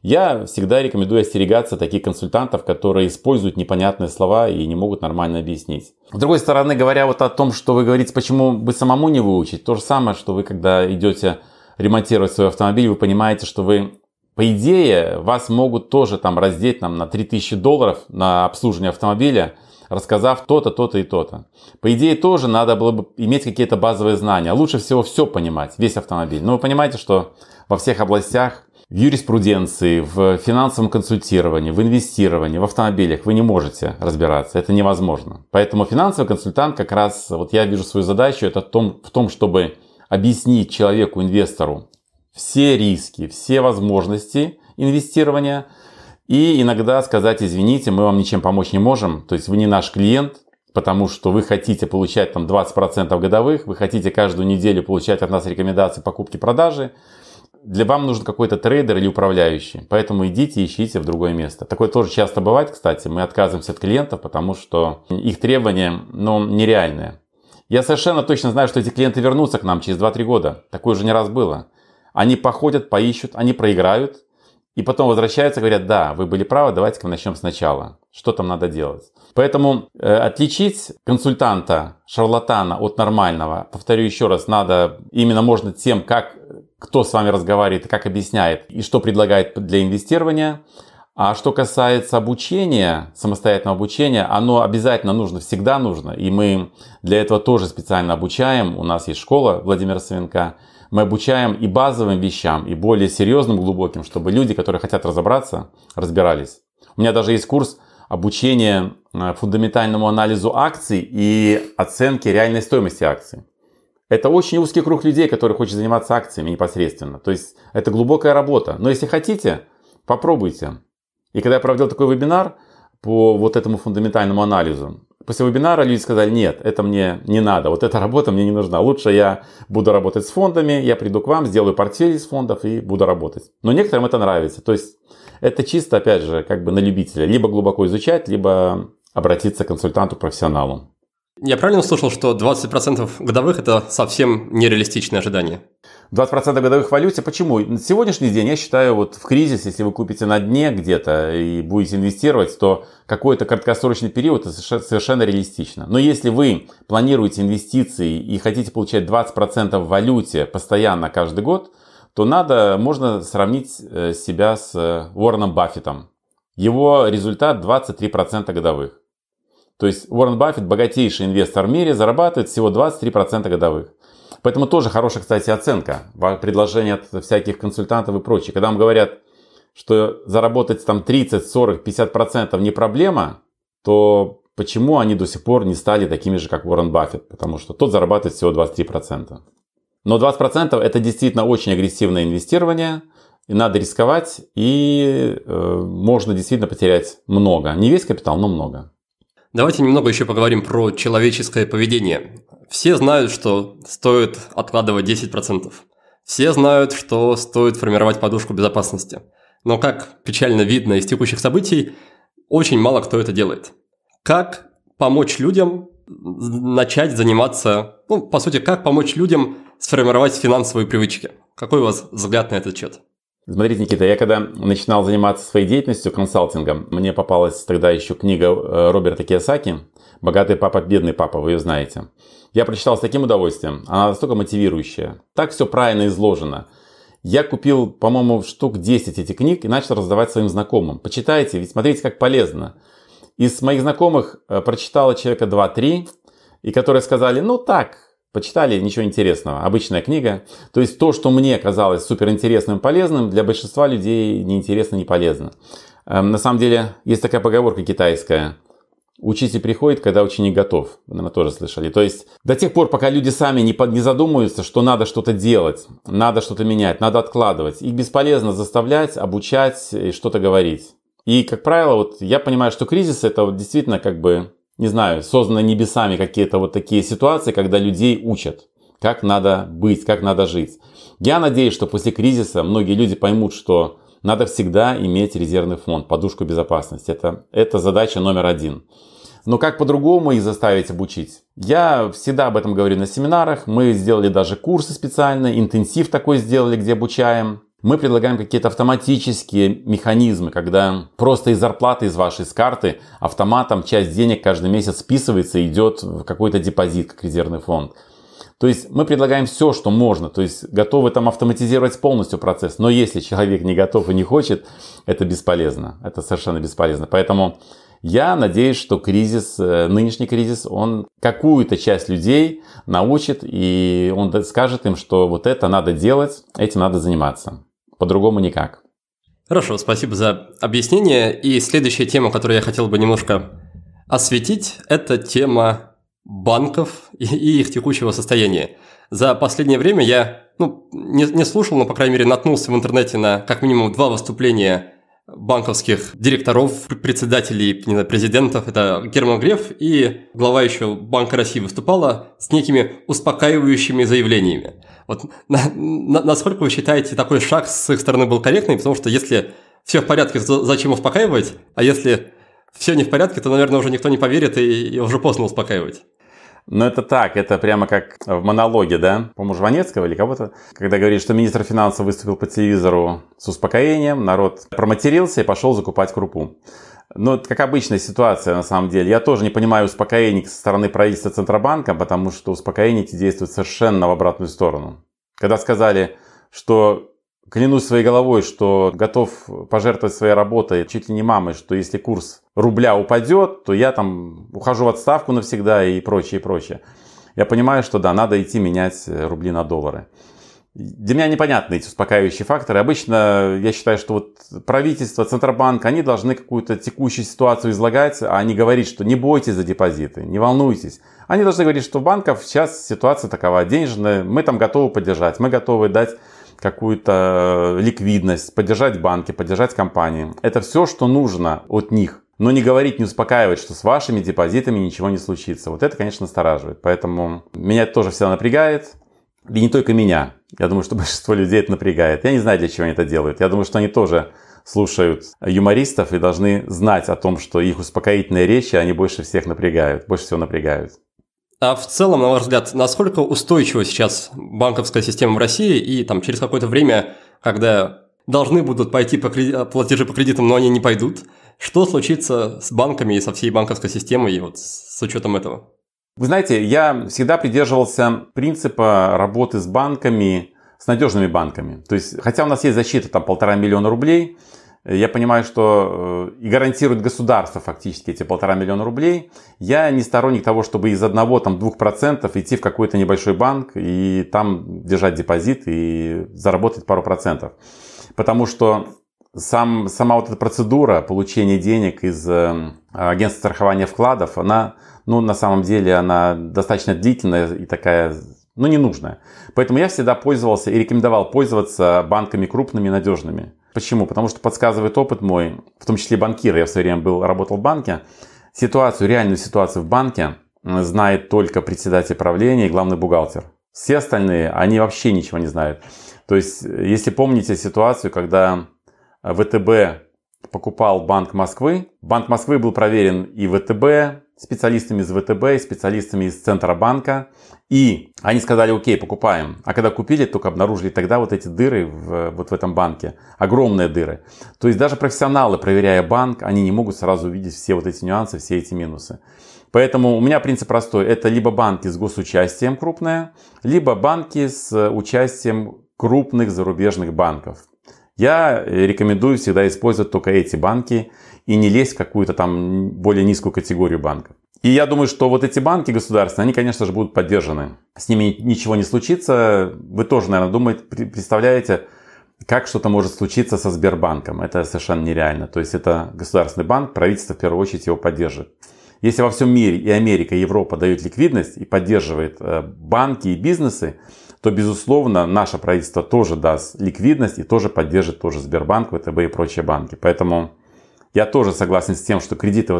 Я всегда рекомендую остерегаться таких консультантов, которые используют непонятные слова и не могут нормально объяснить. С другой стороны, говоря вот о том, что вы говорите, почему бы самому не выучить, то же самое, что вы, когда идете ремонтировать свой автомобиль, вы понимаете, что вы, по идее, вас могут тоже там раздеть на $3000 на обслуживание автомобиля, рассказав то-то, то-то и то-то. По идее, тоже надо было бы иметь какие-то базовые знания. Лучше всего все понимать, весь автомобиль. Но вы понимаете, что во всех областях, в юриспруденции, в финансовом консультировании, в инвестировании, в автомобилях вы не можете разбираться. Это невозможно. Поэтому финансовый консультант как раз, вот я вижу свою задачу, это в том, чтобы объяснить человеку, инвестору, все риски, все возможности инвестирования и иногда сказать: извините, мы вам ничем помочь не можем, то есть вы не наш клиент, потому что вы хотите получать там 20% годовых, вы хотите каждую неделю получать от нас рекомендации покупки-продажи, для вам нужен какой-то трейдер или управляющий, поэтому идите ищите в другое место. Такое тоже часто бывает, кстати, мы отказываемся от клиентов, потому что их требования, нереальные. Я совершенно точно знаю, что эти клиенты вернутся к нам через 2-3 года, такое уже не раз было. Они походят, поищут, они проиграют, и потом возвращаются и говорят: да, вы были правы, давайте-ка мы начнем сначала. Что там надо делать? Поэтому отличить консультанта, шарлатана от нормального, повторю еще раз, можно тем, кто с вами разговаривает, как объясняет и что предлагает для инвестирования. А что касается обучения, самостоятельного обучения, оно обязательно нужно, всегда нужно. И мы для этого тоже специально обучаем. У нас есть школа Владимира Савенка. Мы обучаем и базовым вещам, и более серьезным, глубоким, чтобы люди, которые хотят разобраться, разбирались. У меня даже есть курс обучения фундаментальному анализу акций и оценке реальной стоимости акций. Это очень узкий круг людей, которые хотят заниматься акциями непосредственно. То есть это глубокая работа. Но если хотите, попробуйте. И когда я проводил такой вебинар по вот этому фундаментальному анализу, после вебинара люди сказали: нет, это мне не надо, вот эта работа мне не нужна. Лучше я буду работать с фондами, я приду к вам, сделаю портфель из фондов и буду работать. Но некоторым это нравится. То есть это чисто, опять же, на любителя. Либо глубоко изучать, либо обратиться к консультанту-профессионалу. Я правильно услышал, что 20% годовых – это совсем нереалистичное ожидание? 20% годовых в валюте. Почему? На сегодняшний день, я считаю, вот в кризис, если вы купите на дне где-то и будете инвестировать, то какой-то краткосрочный период это совершенно реалистично. Но если вы планируете инвестиции и хотите получать 20% в валюте постоянно каждый год, то можно сравнить себя с Уорреном Баффетом. Его результат 23% годовых. То есть Уоррен Баффет, богатейший инвестор в мире, зарабатывает всего 23% годовых. Поэтому тоже хорошая, кстати, оценка. Предложения от всяких консультантов и прочее. Когда вам говорят, что заработать там 30, 40, 50% не проблема, то почему они до сих пор не стали такими же, как Уоррен Баффет? Потому что тот зарабатывает всего 23%. Но 20% это действительно очень агрессивное инвестирование. И надо рисковать, и можно действительно потерять много. Не весь капитал, но много. Давайте немного еще поговорим про человеческое поведение. Все знают, что стоит откладывать 10%. Все знают, что стоит формировать подушку безопасности. Но, как печально видно из текущих событий, очень мало кто это делает. Как помочь людям начать заниматься, по сути, как помочь людям сформировать финансовые привычки? Какой у вас взгляд на этот счет? Смотрите, Никита, я когда начинал заниматься своей деятельностью, консалтингом, мне попалась тогда еще книга Роберта Кийосаки «Богатый папа, бедный папа», вы ее знаете. Я прочитал с таким удовольствием, она настолько мотивирующая, так все правильно изложено. Я купил, по-моему, штук 10 этих книг и начал раздавать своим знакомым. Почитайте, ведь смотрите, как полезно. Из моих знакомых прочитало человека 2-3, и которые сказали: почитали, ничего интересного, обычная книга. То есть то, что мне казалось суперинтересным и полезным, для большинства людей неинтересно, не полезно. На самом деле, есть такая поговорка китайская: учитель приходит, когда ученик готов. Вы, наверное, тоже слышали. То есть до тех пор, пока люди сами не задумаются, что надо что-то делать, надо что-то менять, надо откладывать, их бесполезно заставлять, обучать и что-то говорить. И, как правило, я понимаю, что кризис это действительно созданы небесами какие-то такие ситуации, когда людей учат, как надо быть, как надо жить. Я надеюсь, что после кризиса многие люди поймут, что надо всегда иметь резервный фонд, подушку безопасности. Это задача номер 1. Но как по-другому их заставить обучить? Я всегда об этом говорю на семинарах. Мы сделали даже курсы специальные, интенсив такой сделали, где обучаем. Мы предлагаем какие-то автоматические механизмы, когда просто из зарплаты, из вашей карты автоматом часть денег каждый месяц списывается и идет в какой-то депозит, как резервный фонд. То есть мы предлагаем все, что можно. То есть готовы автоматизировать полностью процесс. Но если человек не готов и не хочет, это бесполезно. Это совершенно бесполезно. Поэтому я надеюсь, что нынешний кризис, он какую-то часть людей научит, и он скажет им, что вот это надо делать, этим надо заниматься. По-другому никак. Хорошо, спасибо за объяснение. И следующая тема, которую я хотел бы немножко осветить, это тема банков и их текущего состояния. За последнее время я не слушал, но, по крайней мере, наткнулся в интернете на как минимум 2 выступления банковских директоров, председателей, не знаю, президентов, это Герман Греф, и глава еще Банка России выступала с некими успокаивающими заявлениями. Вот насколько вы считаете, такой шаг с их стороны был корректный? Потому что если все в порядке, то зачем успокаивать? А если все не в порядке, то, наверное, уже никто не поверит и уже поздно успокаивать. Ну, это так, это прямо как в монологе, да, по-моему, Жванецкого или кого-то, когда говорит, что министр финансов выступил по телевизору с успокоением, народ проматерился и пошел закупать крупу. Ну, это как обычная ситуация, на самом деле. Я тоже не понимаю успокоений со стороны правительства Центробанка, потому что успокоения эти действуют совершенно в обратную сторону. Когда сказали, что клянусь своей головой, что готов пожертвовать своей работой, чуть ли не мамой, что если курс рубля упадет, то я там ухожу в отставку навсегда и прочее, и прочее. Я понимаю, что да, надо идти менять рубли на доллары. Для меня непонятны эти успокаивающие факторы. Обычно я считаю, что вот правительство, Центробанк, они должны какую-то текущую ситуацию излагать, а не говорить, что не бойтесь за депозиты, не волнуйтесь. Они должны говорить, что у банков сейчас ситуация такова, денежная, мы там готовы поддержать, мы готовы дать какую-то ликвидность, поддержать банки, поддержать компании. Это все, что нужно от них. Но не говорить, не успокаивать, что с вашими депозитами ничего не случится. Вот это, конечно, настораживает. Поэтому меня это тоже всегда напрягает. И не только меня. Я думаю, что большинство людей это напрягает. Я не знаю, для чего они это делают. Я думаю, что они тоже слушают юмористов и должны знать о том, что их успокоительные речи, они больше всех напрягают, больше всего напрягают. А в целом, на ваш взгляд, насколько устойчива сейчас банковская система в России и там через какое-то время, когда должны будут пойти платежи по кредитам, но они не пойдут, что случится с банками и со всей банковской системой и вот с учетом этого? Вы знаете, я всегда придерживался принципа работы с банками, с надежными банками. То есть, хотя у нас есть защита там 1,5 миллиона рублей, я понимаю, что и гарантирует государство фактически эти 1,5 миллиона рублей. Я не сторонник того, чтобы из 1-2% идти в какой-то небольшой банк и там держать депозит и заработать пару процентов. Потому что сама вот эта процедура получения денег из агентства страхования вкладов, она, на самом деле, она достаточно длительная и такая, ненужная. Поэтому я всегда пользовался и рекомендовал пользоваться банками крупными и надежными. Почему? Потому что подсказывает опыт мой, в том числе банкира, я в свое время работал в банке, реальную ситуацию в банке знает только председатель правления и главный бухгалтер. Все остальные, они вообще ничего не знают. То есть, если помните ситуацию, когда ВТБ покупал Банк Москвы был проверен и ВТБ, специалистами из ВТБ, специалистами из Центробанка. И они сказали, окей, покупаем. А когда купили, только обнаружили тогда вот эти дыры в этом банке. Огромные дыры. То есть даже профессионалы, проверяя банк, они не могут сразу увидеть все вот эти нюансы, все эти минусы. Поэтому у меня принцип простой. Это либо банки с госучастием крупные, либо банки с участием крупных зарубежных банков. Я рекомендую всегда использовать только эти банки и не лезть в какую-то там более низкую категорию банков. И я думаю, что вот эти банки государственные, они, конечно же, будут поддержаны. С ними ничего не случится. Вы тоже, наверное, представляете, как что-то может случиться со Сбербанком. Это совершенно нереально. То есть это государственный банк, правительство в первую очередь его поддержит. Если во всем мире и Америка, и Европа дают ликвидность и поддерживает банки и бизнесы, то, безусловно, наше правительство тоже даст ликвидность и тоже поддержит тоже Сбербанк, ВТБ и прочие банки. Поэтому я тоже согласен с тем, что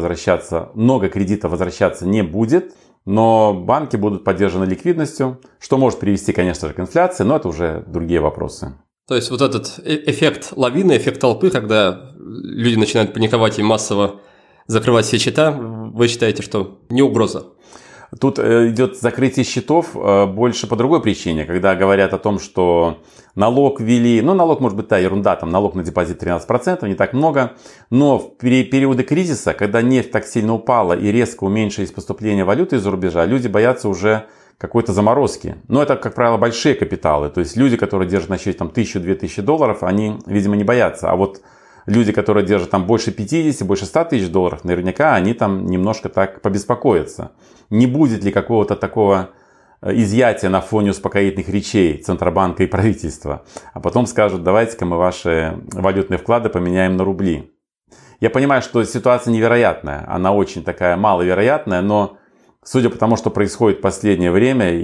много кредитов возвращаться не будет, но банки будут поддержаны ликвидностью, что может привести, конечно же, к инфляции, но это уже другие вопросы. То есть вот этот эффект лавины, эффект толпы, когда люди начинают паниковать и массово закрывать все счета, вы считаете, что не угроза? Тут идет закрытие счетов больше по другой причине, когда говорят о том, что налог ввели, налог может быть ерунда, там налог на депозит 13%, не так много, но в периоды кризиса, когда нефть так сильно упала и резко уменьшились поступления валюты из-за рубежа, люди боятся уже какой-то заморозки. Но это, как правило, большие капиталы, то есть люди, которые держат на счете 1000-2000 долларов, они, видимо, не боятся, а вот люди, которые держат там больше 50, больше 100 тысяч долларов, наверняка они там немножко так побеспокоятся. Не будет ли какого-то такого изъятия на фоне успокоительных речей Центробанка и правительства? А потом скажут, давайте-ка мы ваши валютные вклады поменяем на рубли. Я понимаю, что ситуация невероятная, она очень такая маловероятная, но Судя по тому, что происходит в последнее время,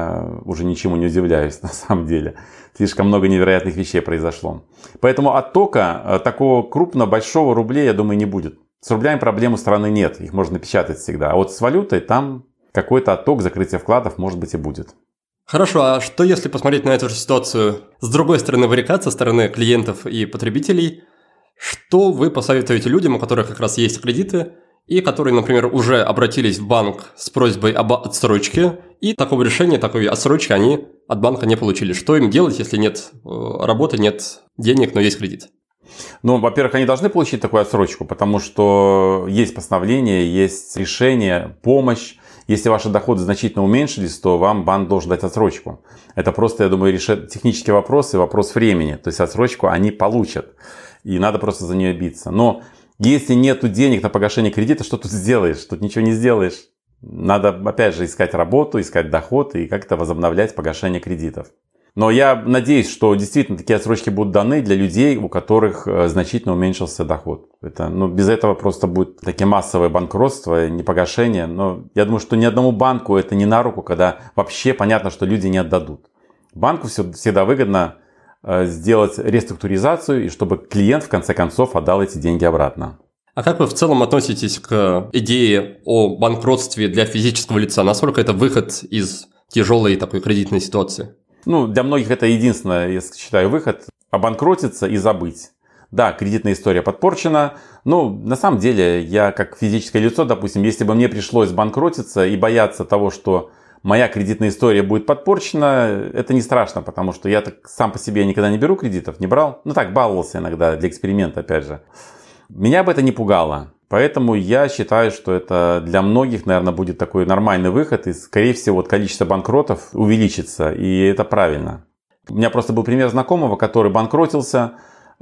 я уже ничему не удивляюсь на самом деле. Слишком много невероятных вещей произошло. Поэтому оттока такого крупного, большого рублей, я думаю, не будет. С рублями проблем у страны нет, их можно напечатать всегда. А вот с валютой там какой-то отток, закрытие вкладов, может быть, и будет. Хорошо, а что если посмотреть на эту же ситуацию с другой стороны баррикад, со стороны клиентов и потребителей? Что вы посоветуете людям, у которых как раз есть кредиты, и которые, например, уже обратились в банк с просьбой об отсрочке, и такого решения, такой отсрочки они от банка не получили? Что им делать, если нет работы, нет денег, но есть кредит? Ну, во-первых, они должны получить такую отсрочку, потому что есть постановление, есть решение, помощь. Если ваши доходы значительно уменьшились, то вам банк должен дать отсрочку. Это просто, я думаю, технический вопрос и вопрос времени. То есть отсрочку они получат. И надо просто за нее биться. Но если нет денег на погашение кредита, что тут сделаешь? Тут ничего не сделаешь. Надо, опять же, искать работу, искать доход и как-то возобновлять погашение кредитов. Но я надеюсь, что действительно такие отсрочки будут даны для людей, у которых значительно уменьшился доход. Без этого просто будет такие массовые банкротства, непогашение. Но я думаю, что ни одному банку это не на руку, когда вообще понятно, что люди не отдадут. Банку всегда выгодно сделать реструктуризацию, и чтобы клиент в конце концов отдал эти деньги обратно. А как вы в целом относитесь к идее о банкротстве для физического лица? Насколько это выход из тяжелой такой кредитной ситуации? Для многих это единственное, я считаю, выход – обанкротиться и забыть. Да, кредитная история подпорчена, но на самом деле я как физическое лицо, допустим, если бы мне пришлось банкротиться и бояться того, что моя кредитная история будет подпорчена, это не страшно, потому что я так сам по себе никогда не беру кредитов, не брал. Так, баловался иногда для эксперимента, опять же. Меня бы это не пугало. Поэтому я считаю, что это для многих, наверное, будет такой нормальный выход. И, скорее всего, количество банкротов увеличится. И это правильно. У меня просто был пример знакомого, который обанкротился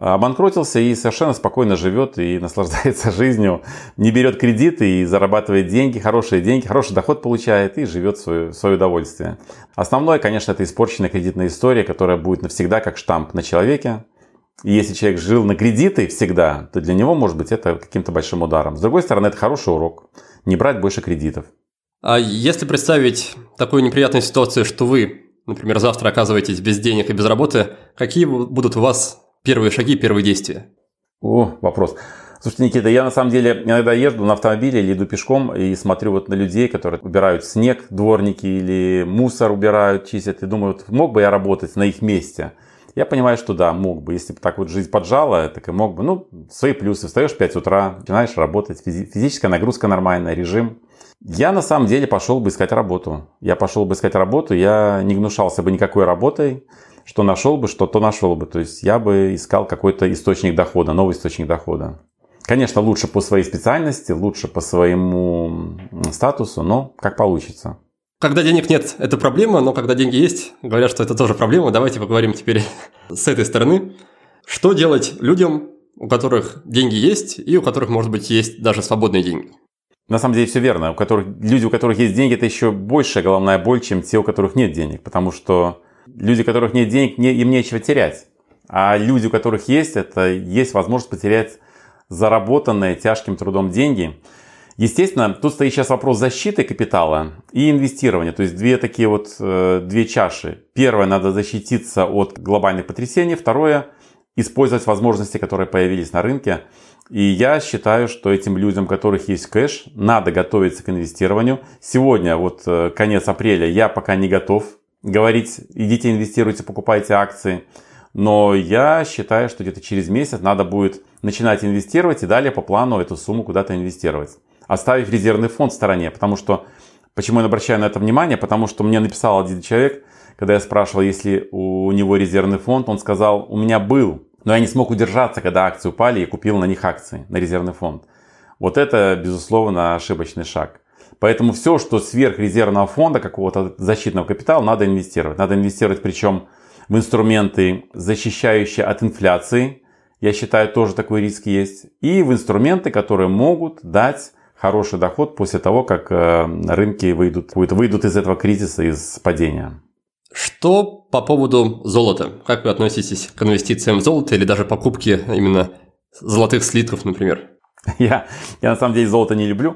и совершенно спокойно живет и наслаждается жизнью. Не берет кредиты и зарабатывает деньги, хороший доход получает и живет в свое удовольствие. Основное, конечно, это испорченная кредитная история, которая будет навсегда как штамп на человеке. И если человек жил на кредиты всегда, то для него, может быть, это каким-то большим ударом. С другой стороны, это хороший урок. Не брать больше кредитов. А если представить такую неприятную ситуацию, что вы, например, завтра оказываетесь без денег и без работы, какие будут у вас первые шаги, первые действия? Вопрос. Слушайте, Никита, я на самом деле иногда езжу на автомобиле или иду пешком и смотрю на людей, которые убирают снег, дворники или мусор убирают, чистят. И думаю, мог бы я работать на их месте? Я понимаю, что да, мог бы. Если бы так вот жизнь поджала, так и мог бы. Свои плюсы. Встаешь в 5 утра, начинаешь работать. Физическая нагрузка нормальная, режим. Я на самом деле пошел бы искать работу. Я не гнушался бы никакой работой. Что нашел бы, что то нашел бы. То есть я бы искал какой-то источник дохода, новый источник дохода. Конечно, лучше по своей специальности, лучше по своему статусу, но как получится. Когда денег нет, это проблема, но когда деньги есть, говорят, что это тоже проблема. Давайте поговорим теперь с этой стороны. Что делать людям, у которых деньги есть и у которых, может быть, есть даже свободные деньги? На самом деле все верно. Люди, у которых есть деньги, это еще большая головная боль, чем те, у которых нет денег. Потому что люди, у которых нет денег, им нечего терять. А люди, у которых есть, это есть возможность потерять заработанные тяжким трудом деньги. Естественно, тут стоит сейчас вопрос защиты капитала и инвестирования. То есть две чаши. Первое, надо защититься от глобальных потрясений. Второе, использовать возможности, которые появились на рынке. И я считаю, что этим людям, у которых есть кэш, надо готовиться к инвестированию. Сегодня, конец апреля, я пока не готов говорить, идите инвестируйте, покупайте акции. Но я считаю, что где-то через месяц надо будет начинать инвестировать и далее по плану эту сумму куда-то инвестировать. Оставив резервный фонд в стороне. Почему я обращаю на это внимание? Потому что мне написал один человек, когда я спрашивал, есть ли у него резервный фонд, он сказал, у меня был, но я не смог удержаться, когда акции упали и купил на них акции, на резервный фонд. Вот это, безусловно, ошибочный шаг. Поэтому все, что сверх резервного фонда, какого-то защитного капитала, надо инвестировать. Надо инвестировать причем в инструменты, защищающие от инфляции. Я считаю, тоже такой риск есть. И в инструменты, которые могут дать хороший доход после того, как рынки выйдут из этого кризиса, из падения. Что по поводу золота? Как вы относитесь к инвестициям в золото или даже покупке именно золотых слитков, например? Я на самом деле золото не люблю.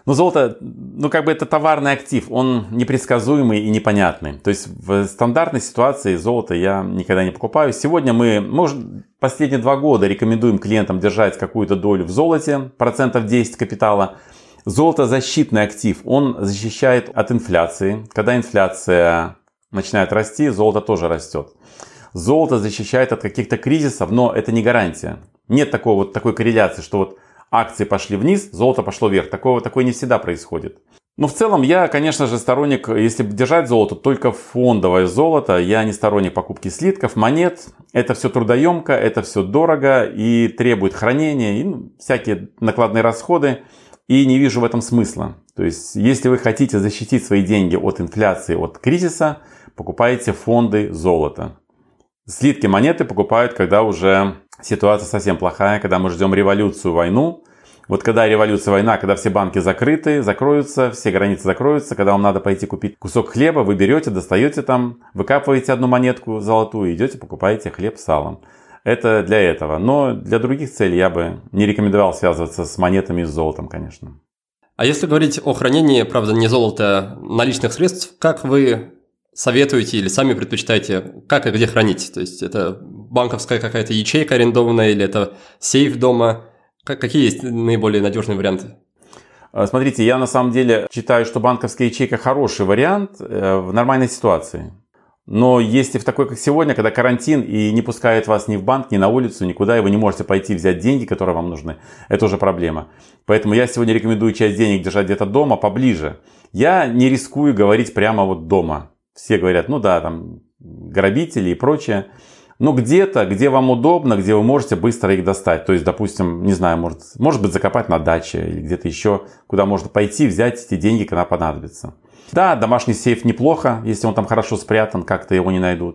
Но золото, это товарный актив, он непредсказуемый и непонятный. То есть в стандартной ситуации золото я никогда не покупаю. Сегодня мы, последние 2 года рекомендуем клиентам держать какую-то долю в золоте, 10% капитала. Золото защитный актив, он защищает от инфляции. Когда инфляция начинает расти, золото тоже растет. Золото защищает от каких-то кризисов, но это не гарантия. Нет такой корреляции, что акции пошли вниз, золото пошло вверх. Такое не всегда происходит. Но в целом я, конечно же, сторонник, если держать золото, только фондовое золото. Я не сторонник покупки слитков, монет. Это все трудоемко, это все дорого и требует хранения, и всякие накладные расходы. И не вижу в этом смысла. То есть, если вы хотите защитить свои деньги от инфляции, от кризиса, покупайте фонды золота. Слитки, монеты покупают, когда уже ситуация совсем плохая, когда мы ждем революцию, войну. Когда революция, война, когда все банки закроются, все границы закроются, когда вам надо пойти купить кусок хлеба, вы берете, достаете выкапываете одну монетку золотую, идете, покупаете хлеб с салом. Это для этого. Но для других целей я бы не рекомендовал связываться с монетами и с золотом, конечно. А если говорить о хранении, правда, не золота, а наличных средств, как вы советуете или сами предпочитаете, как и где хранить? То есть это банковская какая-то ячейка арендованная или это сейф дома? Какие есть наиболее надежные варианты? Смотрите, я на самом деле считаю, что банковская ячейка хороший вариант в нормальной ситуации. Но если в такой, как сегодня, когда карантин и не пускают вас ни в банк, ни на улицу, никуда, и вы не можете пойти взять деньги, которые вам нужны, это уже проблема. Поэтому я сегодня рекомендую часть денег держать где-то дома, поближе. Я не рискую говорить прямо дома. Все говорят, грабители и прочее. Но где-то, где вам удобно, где вы можете быстро их достать. То есть, допустим, не знаю, может быть, закопать на даче или где-то еще, куда можно пойти, взять эти деньги, когда понадобится. Да, домашний сейф неплохо, если он там хорошо спрятан, как-то его не найдут.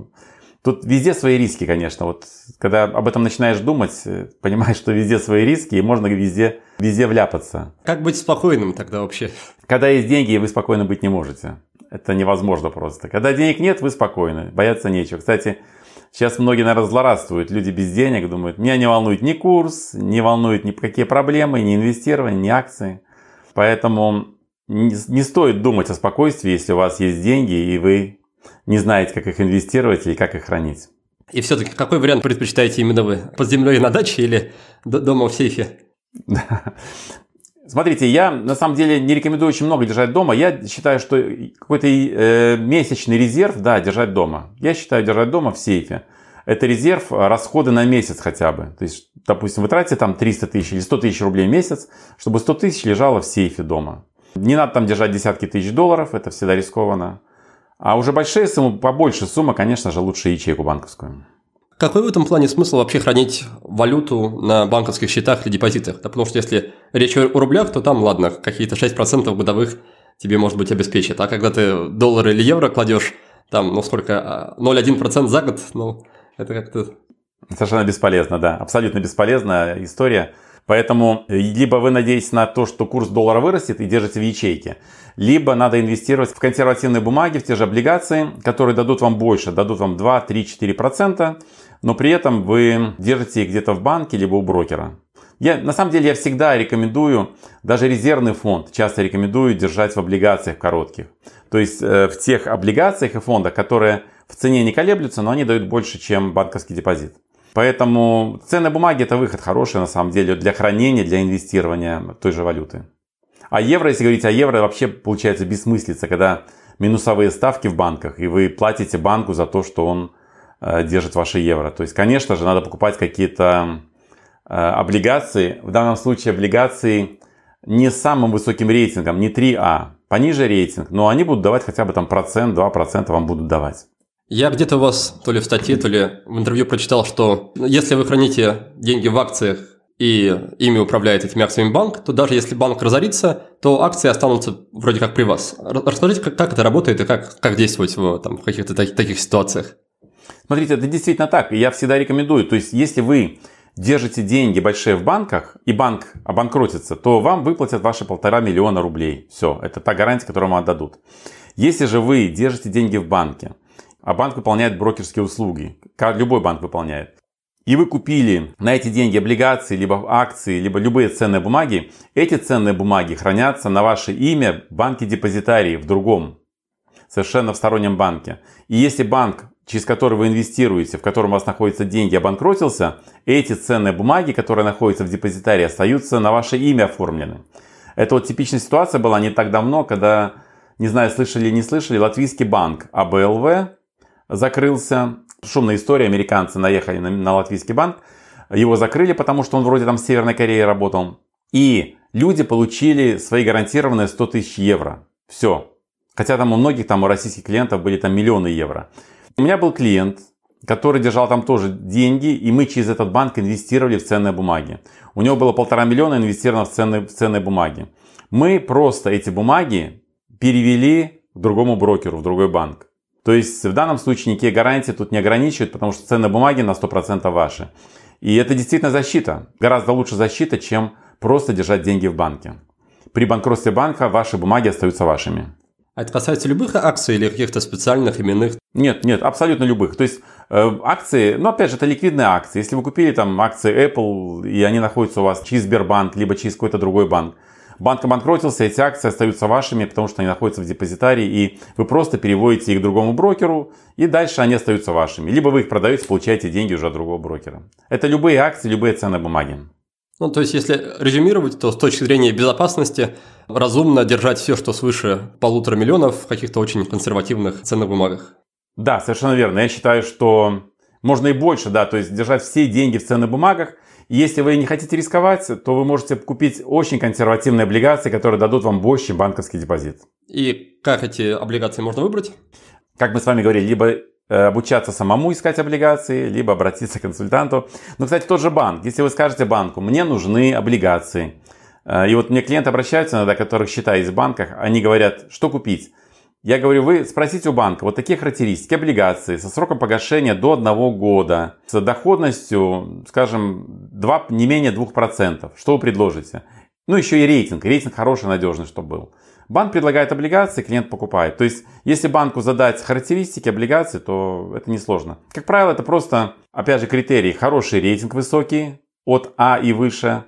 Тут везде свои риски, конечно. Когда об этом начинаешь думать, понимаешь, что везде свои риски, и можно везде вляпаться. Как быть спокойным тогда вообще? Когда есть деньги, вы спокойно быть не можете. Это невозможно просто. Когда денег нет, вы спокойны, бояться нечего. Кстати, сейчас многие, наверное, злорадствуют. Люди без денег думают, меня не волнует ни курс, не волнует ни какие проблемы, ни инвестирование, ни акции. Поэтому не стоит думать о спокойствии, если у вас есть деньги, и вы не знаете, как их инвестировать или как их хранить. И все-таки какой вариант предпочитаете именно вы? Под землей на даче или дома в сейфе? Смотрите, я на самом деле не рекомендую очень много держать дома. Я считаю, что какой-то месячный резерв, держать дома. Я считаю держать дома в сейфе. Это резерв, расходы на месяц хотя бы. То есть, допустим, вы тратите 300 тысяч или 100 тысяч рублей в месяц, чтобы 100 тысяч лежало в сейфе дома. Не надо держать десятки тысяч долларов, это всегда рискованно. А уже большие суммы, побольше суммы, конечно же, лучше ячейку банковскую. Какой в этом плане смысл вообще хранить валюту на банковских счетах или депозитах? Да потому что если речь о рублях, то там, ладно, какие-то 6% годовых тебе, может быть, обеспечат. А когда ты доллар или евро кладешь, там, 0,1% за год, это как-то... Совершенно бесполезно, да. Абсолютно бесполезная история. Поэтому либо вы надеетесь на то, что курс доллара вырастет и держите в ячейке, либо надо инвестировать в консервативные бумаги, в те же облигации, которые дадут вам больше, дадут вам 2, 3, 4%, но при этом вы держите их где-то в банке, либо у брокера. На самом деле я всегда рекомендую, даже резервный фонд, часто рекомендую держать в облигациях коротких. То есть в тех облигациях и фондах, которые в цене не колеблются, но они дают больше, чем банковский депозит. Поэтому ценные бумаги – это выход хороший, на самом деле, для хранения, для инвестирования той же валюты. А евро, если говорить о евро, вообще получается бессмыслица, когда минусовые ставки в банках, и вы платите банку за то, что он держит ваши евро. То есть, конечно же, надо покупать какие-то облигации. В данном случае облигации не с самым высоким рейтингом, не 3А, пониже рейтинг, но они будут давать хотя бы 2% вам будут давать. Я где-то у вас, то ли в статье, то ли в интервью прочитал, что если вы храните деньги в акциях и ими управляет этими акциями банк, то даже если банк разорится, то акции останутся вроде как при вас. Расскажите, как это работает и как действовать в каких-то таких ситуациях? Смотрите, это действительно так. Я всегда рекомендую. То есть, если вы держите деньги большие в банках, и банк обанкротится, то вам выплатят ваши 1,5 миллиона рублей. Все, это та гарантия, которую вам отдадут. Если же вы держите деньги в банке, а банк выполняет брокерские услуги, любой банк выполняет, и вы купили на эти деньги облигации, либо акции, либо любые ценные бумаги, эти ценные бумаги хранятся на ваше имя в банке-депозитарии, в другом, совершенно в стороннем банке. И если банк, через который вы инвестируете, в котором у вас находятся деньги, обанкротился, эти ценные бумаги, которые находятся в депозитарии, остаются на ваше имя оформлены. Это вот типичная ситуация была не так давно, когда, не знаю, слышали или не слышали, латвийский банк АБЛВ закрылся. Шумная история, американцы наехали на латвийский банк, его закрыли, потому что он вроде там в Северной Корее работал. И люди получили свои гарантированные 100 тысяч евро. Все. Хотя там у многих, там у российских клиентов были там миллионы евро. У меня был клиент, который держал там тоже деньги, и мы через этот банк инвестировали в ценные бумаги. У него было 1,5 миллиона инвестировано в ценные бумаги. Мы просто эти бумаги перевели к другому брокеру, в другой банк. То есть в данном случае никакие гарантии тут не ограничивают, потому что ценные бумаги на 100% ваши. И это действительно защита. Гораздо лучше защита, чем просто держать деньги в банке. При банкротстве банка ваши бумаги остаются вашими. А это касается любых акций или каких-то специальных именных? Нет, абсолютно любых. То есть акции, опять же, это ликвидные акции. Если вы купили там акции Apple, и они находятся у вас через Сбербанк, либо через какой-то другой банк, банк обанкротился, эти акции остаются вашими, потому что они находятся в депозитарии, и вы просто переводите их к другому брокеру, и дальше они остаются вашими. Либо вы их продаете, получаете деньги уже от другого брокера. Это любые акции, любые ценные бумаги. То есть, если резюмировать, то с точки зрения безопасности разумно держать все, что свыше 1,5 миллиона в каких-то очень консервативных ценных бумагах. Да, совершенно верно. Я считаю, что можно и больше, да, то есть держать все деньги в ценных бумагах. Если вы не хотите рисковать, то вы можете купить очень консервативные облигации, которые дадут вам больше, чем банковский депозит. И как эти облигации можно выбрать? Как мы с вами говорили, либо обучаться самому искать облигации, либо обратиться к консультанту. Но, кстати, тот же банк. Если вы скажете банку, мне нужны облигации. И вот мне клиенты обращаются иногда, которых счета есть в банках, они говорят, что купить? Я говорю, вы спросите у банка вот такие характеристики, облигации со сроком погашения до 1 года, с доходностью, скажем, не менее 2%. Что вы предложите? Еще и рейтинг. Рейтинг хороший, надежный, чтобы был. Банк предлагает облигации, клиент покупает. То есть, если банку задать характеристики облигаций, то это несложно. Как правило, это просто, опять же, критерии. Хороший рейтинг высокий, от А и выше.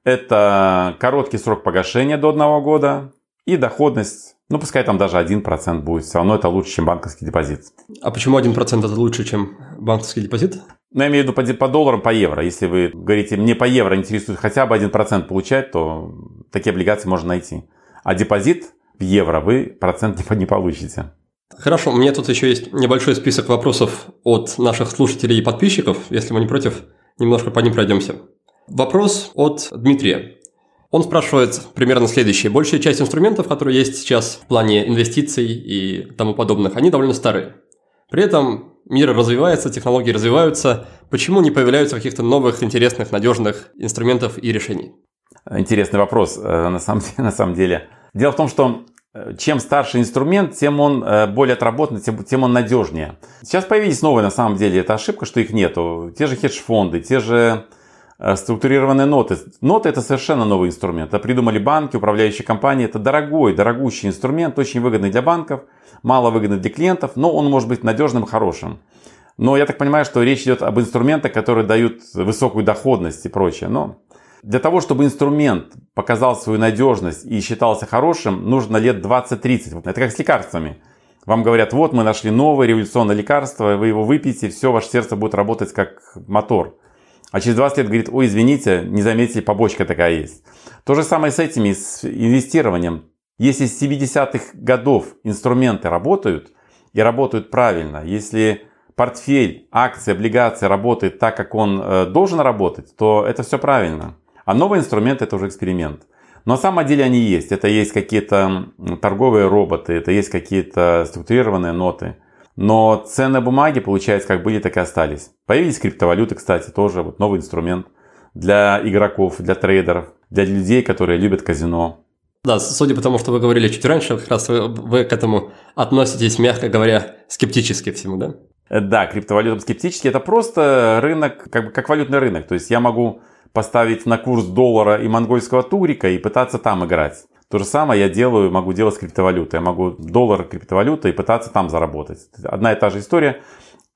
Это короткий срок погашения до 1 года. И доходность, пускай там даже 1% будет. Все равно это лучше, чем банковский депозит. А почему 1% это лучше, чем банковский депозит? Я имею в виду по долларам, по евро. Если вы говорите, мне по евро интересует хотя бы 1% получать, то такие облигации можно найти. А депозит в евро вы процент не получите. Хорошо, у меня тут еще есть небольшой список вопросов от наших слушателей и подписчиков. Если вы не против, немножко по ним пройдемся. Вопрос от Дмитрия. Он спрашивает примерно следующее. Большая часть инструментов, которые есть сейчас в плане инвестиций и тому подобных, они довольно старые. При этом мир развивается, технологии развиваются. Почему не появляются каких-то новых, интересных, надежных инструментов и решений? Интересный вопрос, на самом деле. Дело в том, что чем старше инструмент, тем он более отработанный, тем он надежнее. Сейчас появились новые, на самом деле, это ошибка, что их нету. Те же хедж-фонды, те же структурированные ноты. Ноты – это совершенно новый инструмент. Это придумали банки, управляющие компании. Это дорогущий инструмент, очень выгодный для банков, мало выгодный для клиентов, но он может быть надежным и хорошим. Но я так понимаю, что речь идет об инструментах, которые дают высокую доходность и прочее. Но для того, чтобы инструмент показал свою надежность и считался хорошим, нужно лет 20-30. Это как с лекарствами. Вам говорят, вот мы нашли новое революционное лекарство, вы его выпьете, все, ваше сердце будет работать как мотор. А через 20 лет говорит, ой, извините, не заметили, побочка такая есть. То же самое с этими, с инвестированием. Если с 70-х годов инструменты работают и работают правильно, если портфель, акции, облигации работает так, как он должен работать, то это все правильно. А новый инструмент – это уже эксперимент. Но на самом деле они есть. Это есть какие-то торговые роботы, это есть какие-то структурированные ноты. Но ценные бумаги, получается, как были, так и остались. Появились криптовалюты, кстати, тоже вот новый инструмент для игроков, для трейдеров, для людей, которые любят казино. Да, судя по тому, что вы говорили чуть раньше, как раз вы к этому относитесь, мягко говоря, скептически всему, да? Да, криптовалютам скептически. Это просто рынок, как валютный рынок. То есть я могу поставить на курс доллара и монгольского тугрика и пытаться там играть. То же самое я могу делать с криптовалютой. Я могу доллар криптовалюта и пытаться там заработать. Одна и та же история.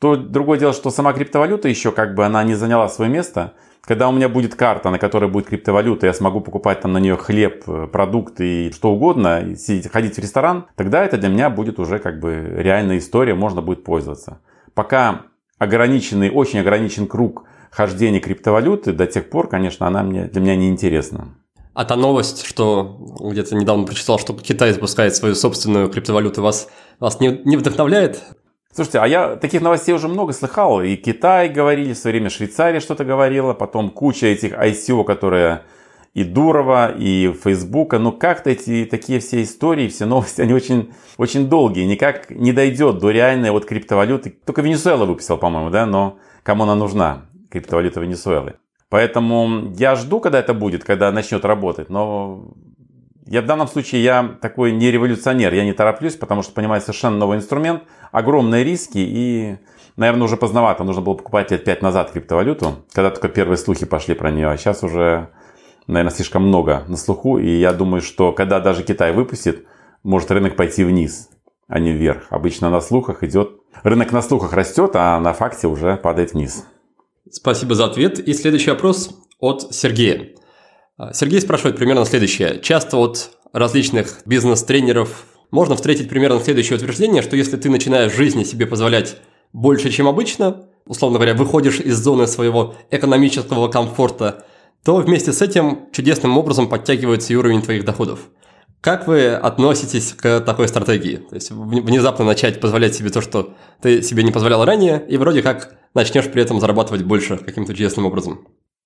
То другое дело, что сама криптовалюта еще она не заняла свое место. Когда у меня будет карта, на которой будет криптовалюта, я смогу покупать там на нее хлеб, продукты и что угодно, и ходить в ресторан, тогда это для меня будет уже реальная история, можно будет пользоваться. Пока очень ограничен круг хождения криптовалюты, до тех пор, конечно, она для меня не интересна. А та новость, что где-то недавно прочитал, что Китай запускает свою собственную криптовалюту, вас не вдохновляет? Слушайте, а я таких новостей уже много слыхал. И Китай говорили, в свое время Швейцария что-то говорила, потом куча этих ICO, которые и Дурова, и Фейсбука. Но как-то такие все истории, все новости, они очень, очень долгие. Никак не дойдет до реальной криптовалюты. Только Венесуэла выпустила, по-моему, да? Но кому она нужна, криптовалюта Венесуэлы? Поэтому я жду, когда это будет, когда начнет работать. Но в данном случае я такой не революционер, я не тороплюсь, потому что понимаю, совершенно новый инструмент, огромные риски и, наверное, уже поздновато. Нужно было покупать лет 5 назад криптовалюту, когда только первые слухи пошли про нее. А сейчас уже, наверное, слишком много на слуху. И я думаю, что когда даже Китай выпустит, может рынок пойти вниз, а не вверх. Обычно на слухах рынок на слухах растет, а на факте уже падает вниз. Спасибо за ответ. И следующий вопрос от Сергея. Сергей спрашивает примерно следующее. Часто от различных бизнес-тренеров можно встретить примерно следующее утверждение, что если ты начинаешь в жизни себе позволять больше, чем обычно, условно говоря, выходишь из зоны своего экономического комфорта, то вместе с этим чудесным образом подтягивается и уровень твоих доходов. Как вы относитесь к такой стратегии? То есть внезапно начать позволять себе то, что ты себе не позволял ранее, и вроде как начнешь при этом зарабатывать больше каким-то чудесным образом.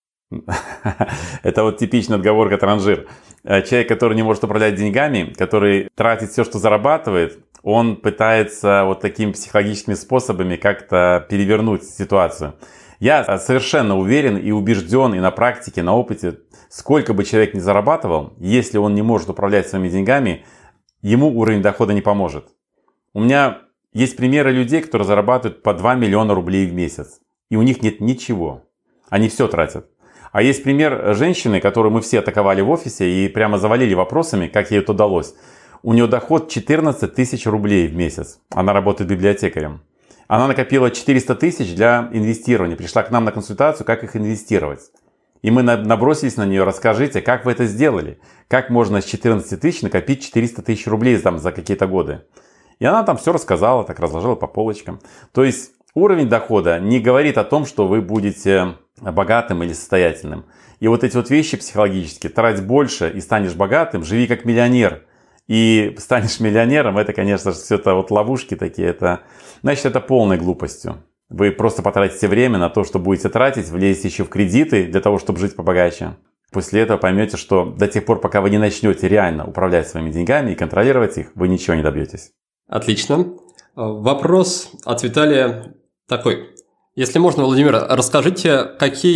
Это типичная отговорка транжир. Человек, который не может управлять деньгами, который тратит все, что зарабатывает, он пытается такими психологическими способами как-то перевернуть ситуацию. Я совершенно уверен и убежден и на практике, на опыте, сколько бы человек ни зарабатывал, если он не может управлять своими деньгами, ему уровень дохода не поможет. У меня есть примеры людей, которые зарабатывают по 2 миллиона рублей в месяц, и у них нет ничего. Они все тратят. А есть пример женщины, которую мы все атаковали в офисе и прямо завалили вопросами, как ей это удалось. У нее доход 14 тысяч рублей в месяц. Она работает библиотекарем. Она накопила 400 тысяч для инвестирования. Пришла к нам на консультацию, как их инвестировать. И мы набросились на нее. Расскажите, как вы это сделали? Как можно с 14 тысяч накопить 400 тысяч рублей за какие-то годы? И она там все рассказала, так разложила по полочкам. То есть уровень дохода не говорит о том, что вы будете богатым или состоятельным. И эти вещи психологические. Трать больше и станешь богатым, живи как миллионер. И станешь миллионером, это, конечно же, все это ловушки такие. Это полной глупостью. Вы просто потратите время на то, что будете тратить, влезете еще в кредиты для того, чтобы жить побогаче. После этого поймете, что до тех пор, пока вы не начнете реально управлять своими деньгами и контролировать их, вы ничего не добьетесь. Отлично. Вопрос от Виталия такой. Если можно, Владимир, расскажите,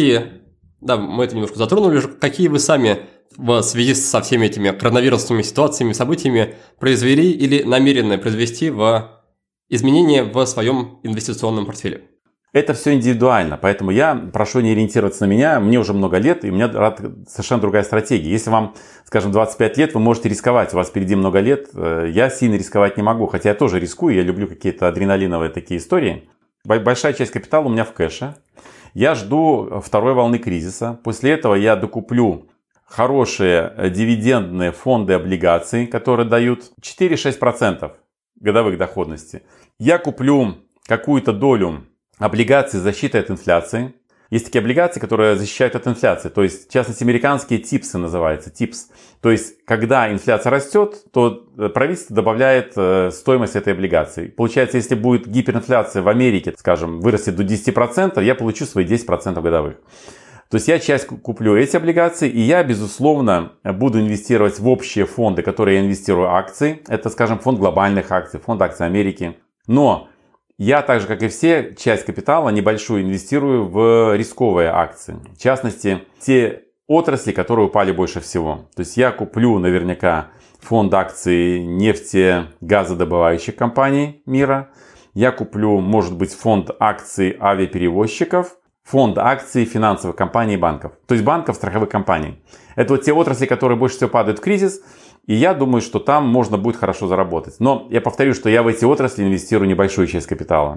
мы это немножко затронули, какие вы сами в связи со всеми этими коронавирусными ситуациями, событиями произвели или намерены произвести изменения в своем инвестиционном портфеле? Это все индивидуально, поэтому я прошу не ориентироваться на меня. Мне уже много лет, и у меня совершенно другая стратегия. Если вам, скажем, 25 лет, вы можете рисковать, у вас впереди много лет. Я сильно рисковать не могу, хотя я тоже рискую, я люблю какие-то адреналиновые такие истории. Большая часть капитала у меня в кэше. Я жду второй волны кризиса. После этого я докуплю хорошие дивидендные фонды облигаций, которые дают 4-6% годовых доходности. Я куплю какую-то долю облигаций с защитой от инфляции. Есть такие облигации, которые защищают от инфляции. То есть, в частности, американские ТИПСы называются. ТИПС. То есть, когда инфляция растет, то правительство добавляет стоимость этой облигации. Получается, если будет гиперинфляция в Америке, скажем, вырастет до 10%, я получу свои 10% годовых. То есть, я часть куплю эти облигации, и я, безусловно, буду инвестировать в общие фонды, которые я инвестирую акции. Это, скажем, фонд глобальных акций, фонд акций Америки. Но я, так же как и все, часть капитала небольшую инвестирую в рисковые акции. В частности, те отрасли, которые упали больше всего. То есть я куплю наверняка фонд акций нефтегазодобывающих компаний мира. Я куплю, может быть, фонд акций авиаперевозчиков, фонд акций финансовых компаний и банков. То есть банков, страховых компаний. Это те отрасли, которые больше всего падают в кризис. И я думаю, что там можно будет хорошо заработать. Но я повторю, что я в эти отрасли инвестирую небольшую часть капитала.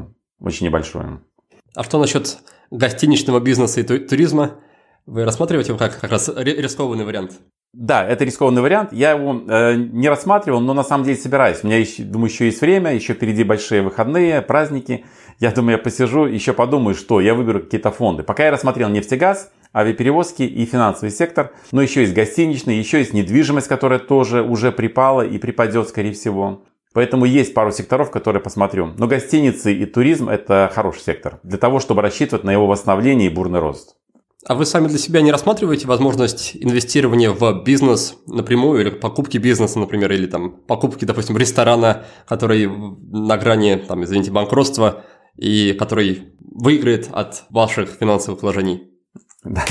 очень небольшое. А что насчет гостиничного бизнеса и туризма? Вы рассматриваете его как раз рискованный вариант? Да, это рискованный вариант. Я его не рассматривал, но на самом деле собираюсь. У меня, думаю, еще есть время, еще впереди большие выходные, праздники. Я думаю, я посижу, еще подумаю, что я выберу какие-то фонды. Пока я рассмотрел нефтегаз, авиаперевозки и финансовый сектор, но еще есть гостиничный, еще есть недвижимость, которая тоже уже припала и припадет, скорее всего. Поэтому есть пару секторов, которые посмотрю. Но гостиницы и туризм – это хороший сектор для того, чтобы рассчитывать на его восстановление и бурный рост. А вы сами для себя не рассматриваете возможность инвестирования в бизнес напрямую, или покупки бизнеса, например, или там покупки, допустим, ресторана, который на грани, там, извините, банкротства, и который выиграет от ваших финансовых вложений? Да,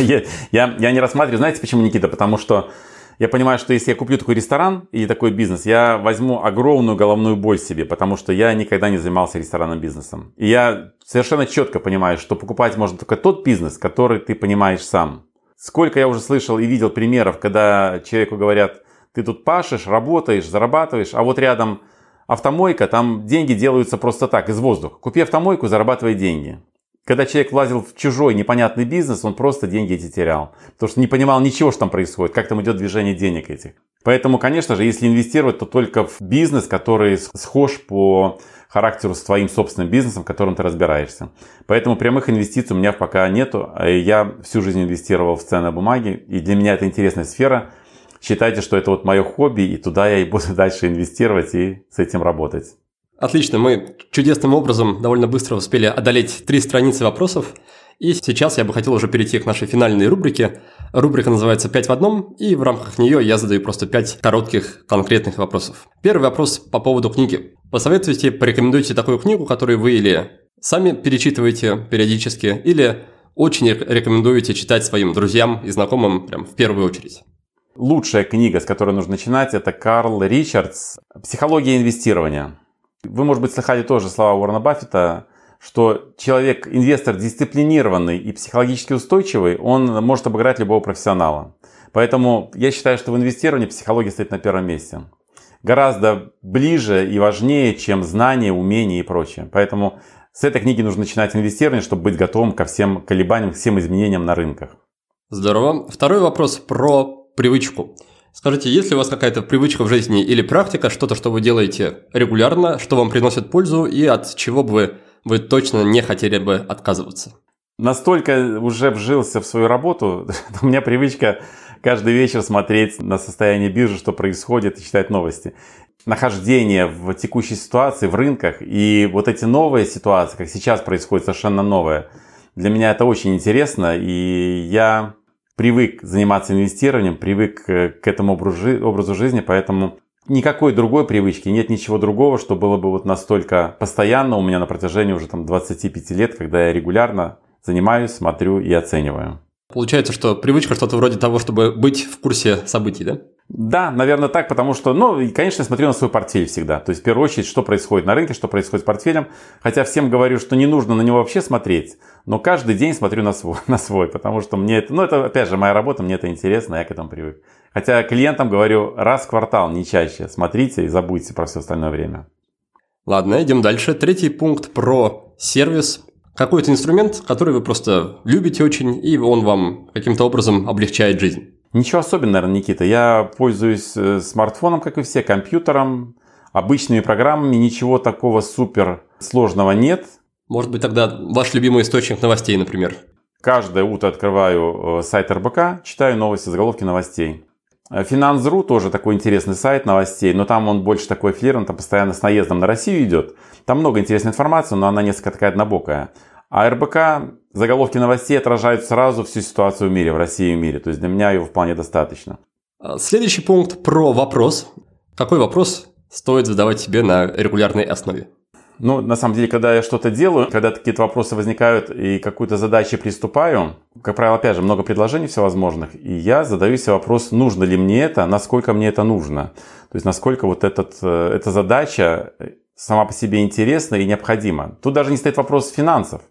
я не рассматриваю. Знаете почему, Никита? Потому что я понимаю, что если я куплю такой ресторан и такой бизнес, я возьму огромную головную боль себе, потому что я никогда не занимался ресторанным бизнесом. И я совершенно четко понимаю, что покупать можно только тот бизнес, который ты понимаешь сам. Сколько я уже слышал и видел примеров, когда человеку говорят: ты тут пашешь, работаешь, зарабатываешь, а вот рядом автомойка, там деньги делаются просто так, из воздуха. Купи автомойку, зарабатывай деньги. Когда человек влазил в чужой непонятный бизнес, он просто деньги эти терял. Потому что не понимал ничего, что там происходит, как там идет движение денег этих. Поэтому, конечно же, если инвестировать, то только в бизнес, который схож по характеру с твоим собственным бизнесом, в котором ты разбираешься. Поэтому прямых инвестиций у меня пока нету. Я всю жизнь инвестировал в ценные бумаги, и для меня это интересная сфера. Считайте, что это вот мое хобби, и туда я и буду дальше инвестировать и с этим работать. Отлично, мы чудесным образом довольно быстро успели одолеть 3 страницы вопросов. И сейчас я бы хотел уже перейти к нашей финальной рубрике. Рубрика называется «5 в одном», и в рамках нее я задаю просто 5 коротких конкретных вопросов. Первый вопрос по поводу книги. Посоветуйте, порекомендуйте такую книгу, которую вы или сами перечитываете периодически, или очень рекомендуете читать своим друзьям и знакомым прям в первую очередь. Лучшая книга, с которой нужно начинать, это Карл Ричардс «Психология инвестирования». Вы, может быть, слыхали тоже слова Уоррена Баффета, что человек, инвестор дисциплинированный и психологически устойчивый, он может обыграть любого профессионала. Поэтому я считаю, что в инвестировании психология стоит на первом месте. Гораздо ближе и важнее, чем знания, умения и прочее. Поэтому с этой книги нужно начинать инвестирование, чтобы быть готовым ко всем колебаниям, ко всем изменениям на рынках. Здорово. Второй вопрос про привычку. Скажите, есть ли у вас какая-то привычка в жизни или практика, что-то, что вы делаете регулярно, что вам приносит пользу и от чего бы вы точно не хотели бы отказываться? Настолько уже вжился в свою работу, у меня привычка каждый вечер смотреть на состояние биржи, что происходит, и читать новости. Нахождение в текущей ситуации, в рынках, и вот эти новые ситуации, как сейчас происходит, совершенно новое, для меня это очень интересно, и я привык заниматься инвестированием, привык к этому образу жизни, поэтому никакой другой привычки, нет ничего другого, что было бы вот настолько постоянно у меня на протяжении уже 25 лет, когда я регулярно занимаюсь, смотрю и оцениваю. Получается, что привычка что-то вроде того, чтобы быть в курсе событий, да? Да, наверное, так, потому что, конечно, я смотрю на свой портфель всегда. То есть, в первую очередь, что происходит на рынке, что происходит с портфелем. Хотя всем говорю, что не нужно на него вообще смотреть, но каждый день смотрю на свой, потому что мне это, опять же, моя работа, мне это интересно, я к этому привык. Хотя клиентам говорю, раз в квартал, не чаще, смотрите и забудьте про все остальное время. Ладно, идем дальше. Третий пункт про сервис. Какой-то инструмент, который вы просто любите очень, и он вам каким-то образом облегчает жизнь. Ничего особенного, наверное, Никита. Я пользуюсь смартфоном, как и все, компьютером, обычными программами. Ничего такого супер сложного нет. Может быть, тогда ваш любимый источник новостей, например? Каждое утро открываю сайт РБК, читаю новости, заголовки новостей. Финанс.ру тоже такой интересный сайт новостей, но там он больше такой эфирный, там постоянно с наездом на Россию идет. Там много интересной информации, но она несколько такая однобокая. А РБК, заголовки новостей отражают сразу всю ситуацию в мире, в России и в мире. То есть для меня его вполне достаточно. Следующий пункт про вопрос. Какой вопрос стоит задавать себе на регулярной основе? На самом деле, когда я что-то делаю, когда какие-то вопросы возникают и какую-то задачу приступаю, как правило, опять же, много предложений всевозможных, и я задаю себе вопрос, нужно ли мне это, насколько мне это нужно. То есть, насколько вот эта задача сама по себе интересна и необходима. Тут даже не стоит вопрос финансов.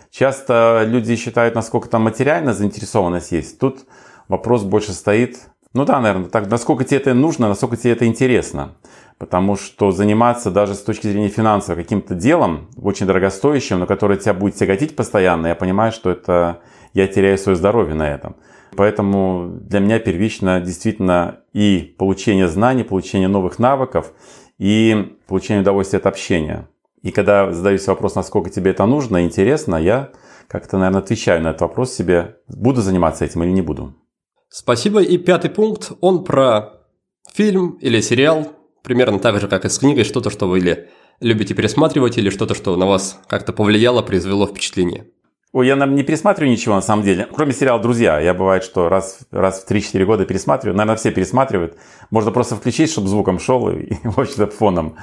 Часто люди считают, насколько там материальная заинтересованность есть. Тут вопрос больше стоит, наверное, так, насколько тебе это нужно, насколько тебе это интересно. Потому что заниматься даже с точки зрения финансов каким-то делом, очень дорогостоящим, но которое тебя будет тяготить постоянно, я понимаю, что я теряю свое здоровье на этом. Поэтому для меня первично действительно и получение знаний, получение новых навыков, и получение удовольствия от общения. И когда задаюсь вопрос, насколько тебе это нужно и интересно, я как-то, наверное, отвечаю на этот вопрос себе, буду заниматься этим или не буду. Спасибо. И 5-й пункт, он про фильм или сериал, примерно так же, как и с книгой, что-то, что вы или любите пересматривать, или что-то, что на вас как-то повлияло, произвело впечатление. Ой, я, наверное, не пересматриваю ничего на самом деле, кроме сериала «Друзья». Я бывает, что раз в 3-4 года пересматриваю. Наверное, все пересматривают. Можно просто включить, чтобы звуком шел и в общем-то, фоном.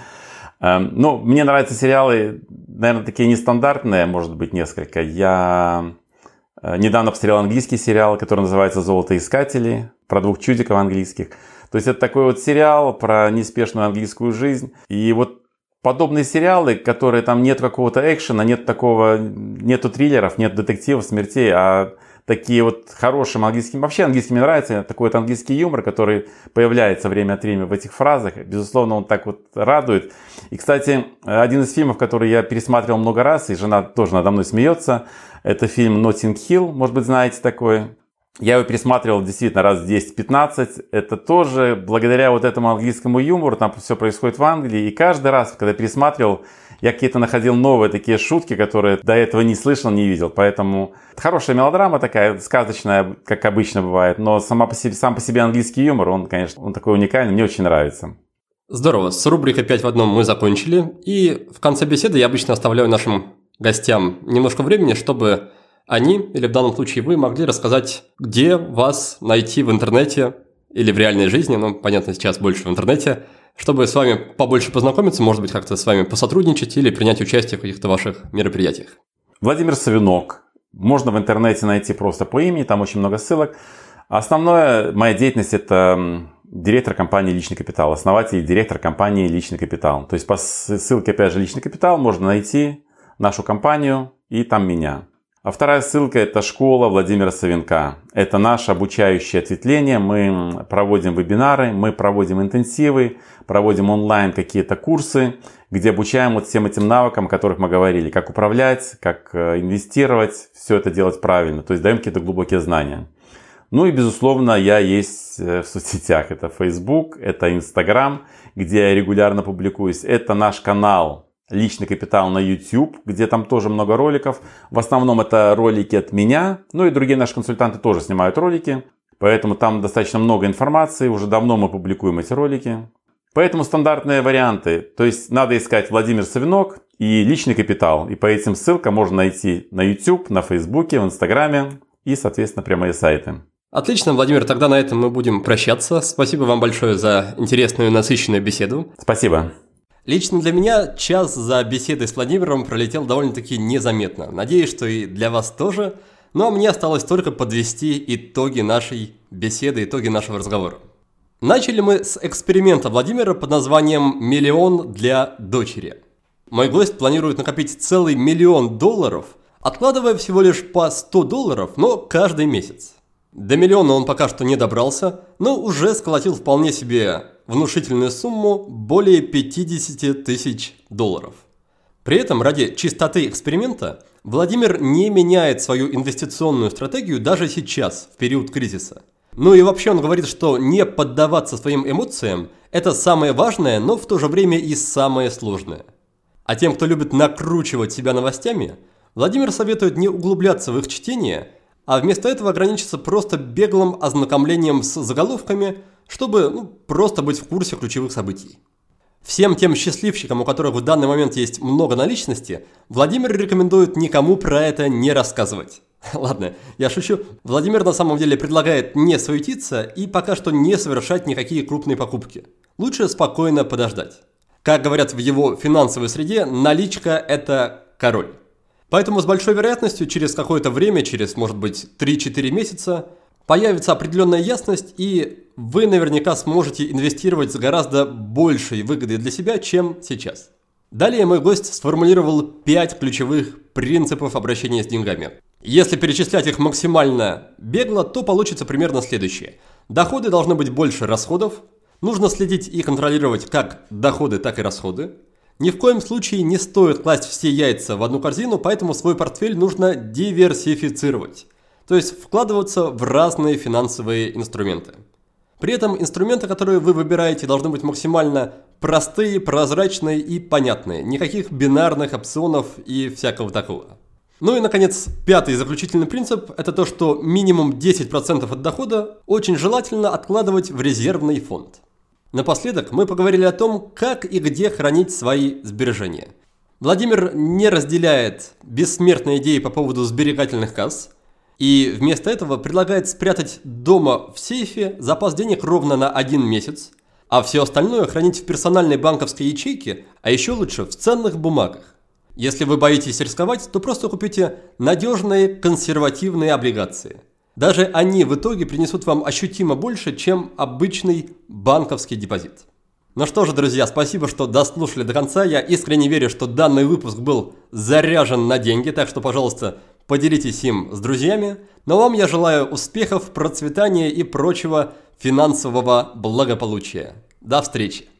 Ну, мне нравятся сериалы, наверное, такие нестандартные, может быть, несколько. Я недавно посмотрел английский сериал, который называется «Золотоискатели», про 2 чудиков английских. То есть это такой вот сериал про неспешную английскую жизнь. И вот подобные сериалы, которые там нет какого-то экшена, нету триллеров, нет детективов, смертей, а такие вот хорошим английским. Вообще английский мне нравится, такой вот английский юмор, который появляется время от времени в этих фразах. Безусловно, он так вот радует. И, кстати, один из фильмов, который я пересматривал много раз, и жена тоже надо мной смеется, это фильм «Ноттинг Хилл», может быть, знаете такой. Я его пересматривал действительно раз 10-15. Это тоже благодаря вот этому английскому юмору. Там все происходит в Англии. И каждый раз, когда пересматривал, я какие-то находил новые такие шутки, которые до этого не слышал, не видел. Поэтому хорошая мелодрама такая, сказочная, как обычно бывает. Но сам по себе английский юмор, он, конечно, он такой уникальный. Мне очень нравится. Здорово. С рубрикой «5 в одном» мы закончили. И в конце беседы я обычно оставляю нашим гостям немножко времени, чтобы они, или в данном случае вы, могли рассказать, где вас найти в интернете или в реальной жизни, ну, понятно, сейчас больше в интернете, чтобы с вами побольше познакомиться, может быть, как-то с вами посотрудничать или принять участие в каких-то ваших мероприятиях. Владимир Савинок. Можно в интернете найти просто по имени, там очень много ссылок. Основная моя деятельность – это директор компании «Личный капитал», основатель и директор компании «Личный капитал». То есть по ссылке, опять же, «Личный капитал» можно найти нашу компанию и там меня. А вторая ссылка – это школа Владимира Савинка. Это наше обучающее ответвление. Мы проводим вебинары, мы проводим интенсивы, проводим онлайн какие-то курсы, где обучаем вот всем этим навыкам, о которых мы говорили. Как управлять, как инвестировать, все это делать правильно. То есть даем какие-то глубокие знания. Ну и, безусловно, я есть в соцсетях. Это Facebook, это Instagram, где я регулярно публикуюсь. Это наш канал «Личный капитал» на YouTube, где там тоже много роликов. В основном это ролики от меня. Ну и другие наши консультанты тоже снимают ролики. Поэтому там достаточно много информации. Уже давно мы публикуем эти ролики. Поэтому стандартные варианты. То есть надо искать Владимир Савинок и «Личный капитал». И по этим ссылкам можно найти на YouTube, на Facebook, в Инстаграме и, соответственно, прямые сайты. Отлично, Владимир, тогда на этом мы будем прощаться. Спасибо вам большое за интересную и насыщенную беседу. Спасибо. Лично для меня час за беседой с Владимиром пролетел довольно-таки незаметно. Надеюсь, что и для вас тоже. Ну а мне осталось только подвести итоги нашей беседы, итоги нашего разговора. Начали мы с эксперимента Владимира под названием «Миллион для дочери». Мой гость планирует накопить целый $1 миллион, откладывая всего лишь по $100, но каждый месяц. До миллиона он пока что не добрался, но уже сколотил вполне себе внушительную сумму более $50 тысяч. При этом ради чистоты эксперимента Владимир не меняет свою инвестиционную стратегию даже сейчас, в период кризиса. Ну и вообще он говорит, что не поддаваться своим эмоциям – это самое важное, но в то же время и самое сложное. А тем, кто любит накручивать себя новостями, Владимир советует не углубляться в их чтение, а вместо этого ограничиться просто беглым ознакомлением с заголовками, чтобы просто быть в курсе ключевых событий. Всем тем счастливчикам, у которых в данный момент есть много наличности, Владимир рекомендует никому про это не рассказывать. Ладно, я шучу. Владимир на самом деле предлагает не суетиться и пока что не совершать никакие крупные покупки. Лучше спокойно подождать. Как говорят в его финансовой среде, наличка – это король. Поэтому с большой вероятностью через какое-то время, через, может быть, 3-4 месяца, появится определенная ясность, и вы наверняка сможете инвестировать с гораздо большей выгодой для себя, чем сейчас. Далее мой гость сформулировал 5 ключевых принципов обращения с деньгами. Если перечислять их максимально бегло, то получится примерно следующее. Доходы должны быть больше расходов, Нужно следить и контролировать как доходы, так и расходы. Ни в коем случае не стоит класть все яйца в одну корзину, поэтому свой портфель нужно диверсифицировать, то есть вкладываться в разные финансовые инструменты. При этом инструменты, которые вы выбираете, должны быть максимально простые, прозрачные и понятные. Никаких бинарных опционов и всякого такого. Ну и, наконец, пятый заключительный принцип – это то, что минимум 10% от дохода очень желательно откладывать в резервный фонд. Напоследок мы поговорили о том, как и где хранить свои сбережения. Владимир не разделяет бессмертной идеи по поводу сберегательных касс и вместо этого предлагает спрятать дома в сейфе запас денег ровно на 1 месяц, а все остальное хранить в персональной банковской ячейке, а еще лучше в ценных бумагах. Если вы боитесь рисковать, то просто купите надежные консервативные облигации. Даже они в итоге принесут вам ощутимо больше, чем обычный банковский депозит. Ну что же, друзья, спасибо, что дослушали до конца. Я искренне верю, что данный выпуск был заряжен на деньги, так что, пожалуйста, поделитесь им с друзьями. Но вам я желаю успехов, процветания и прочего финансового благополучия. До встречи!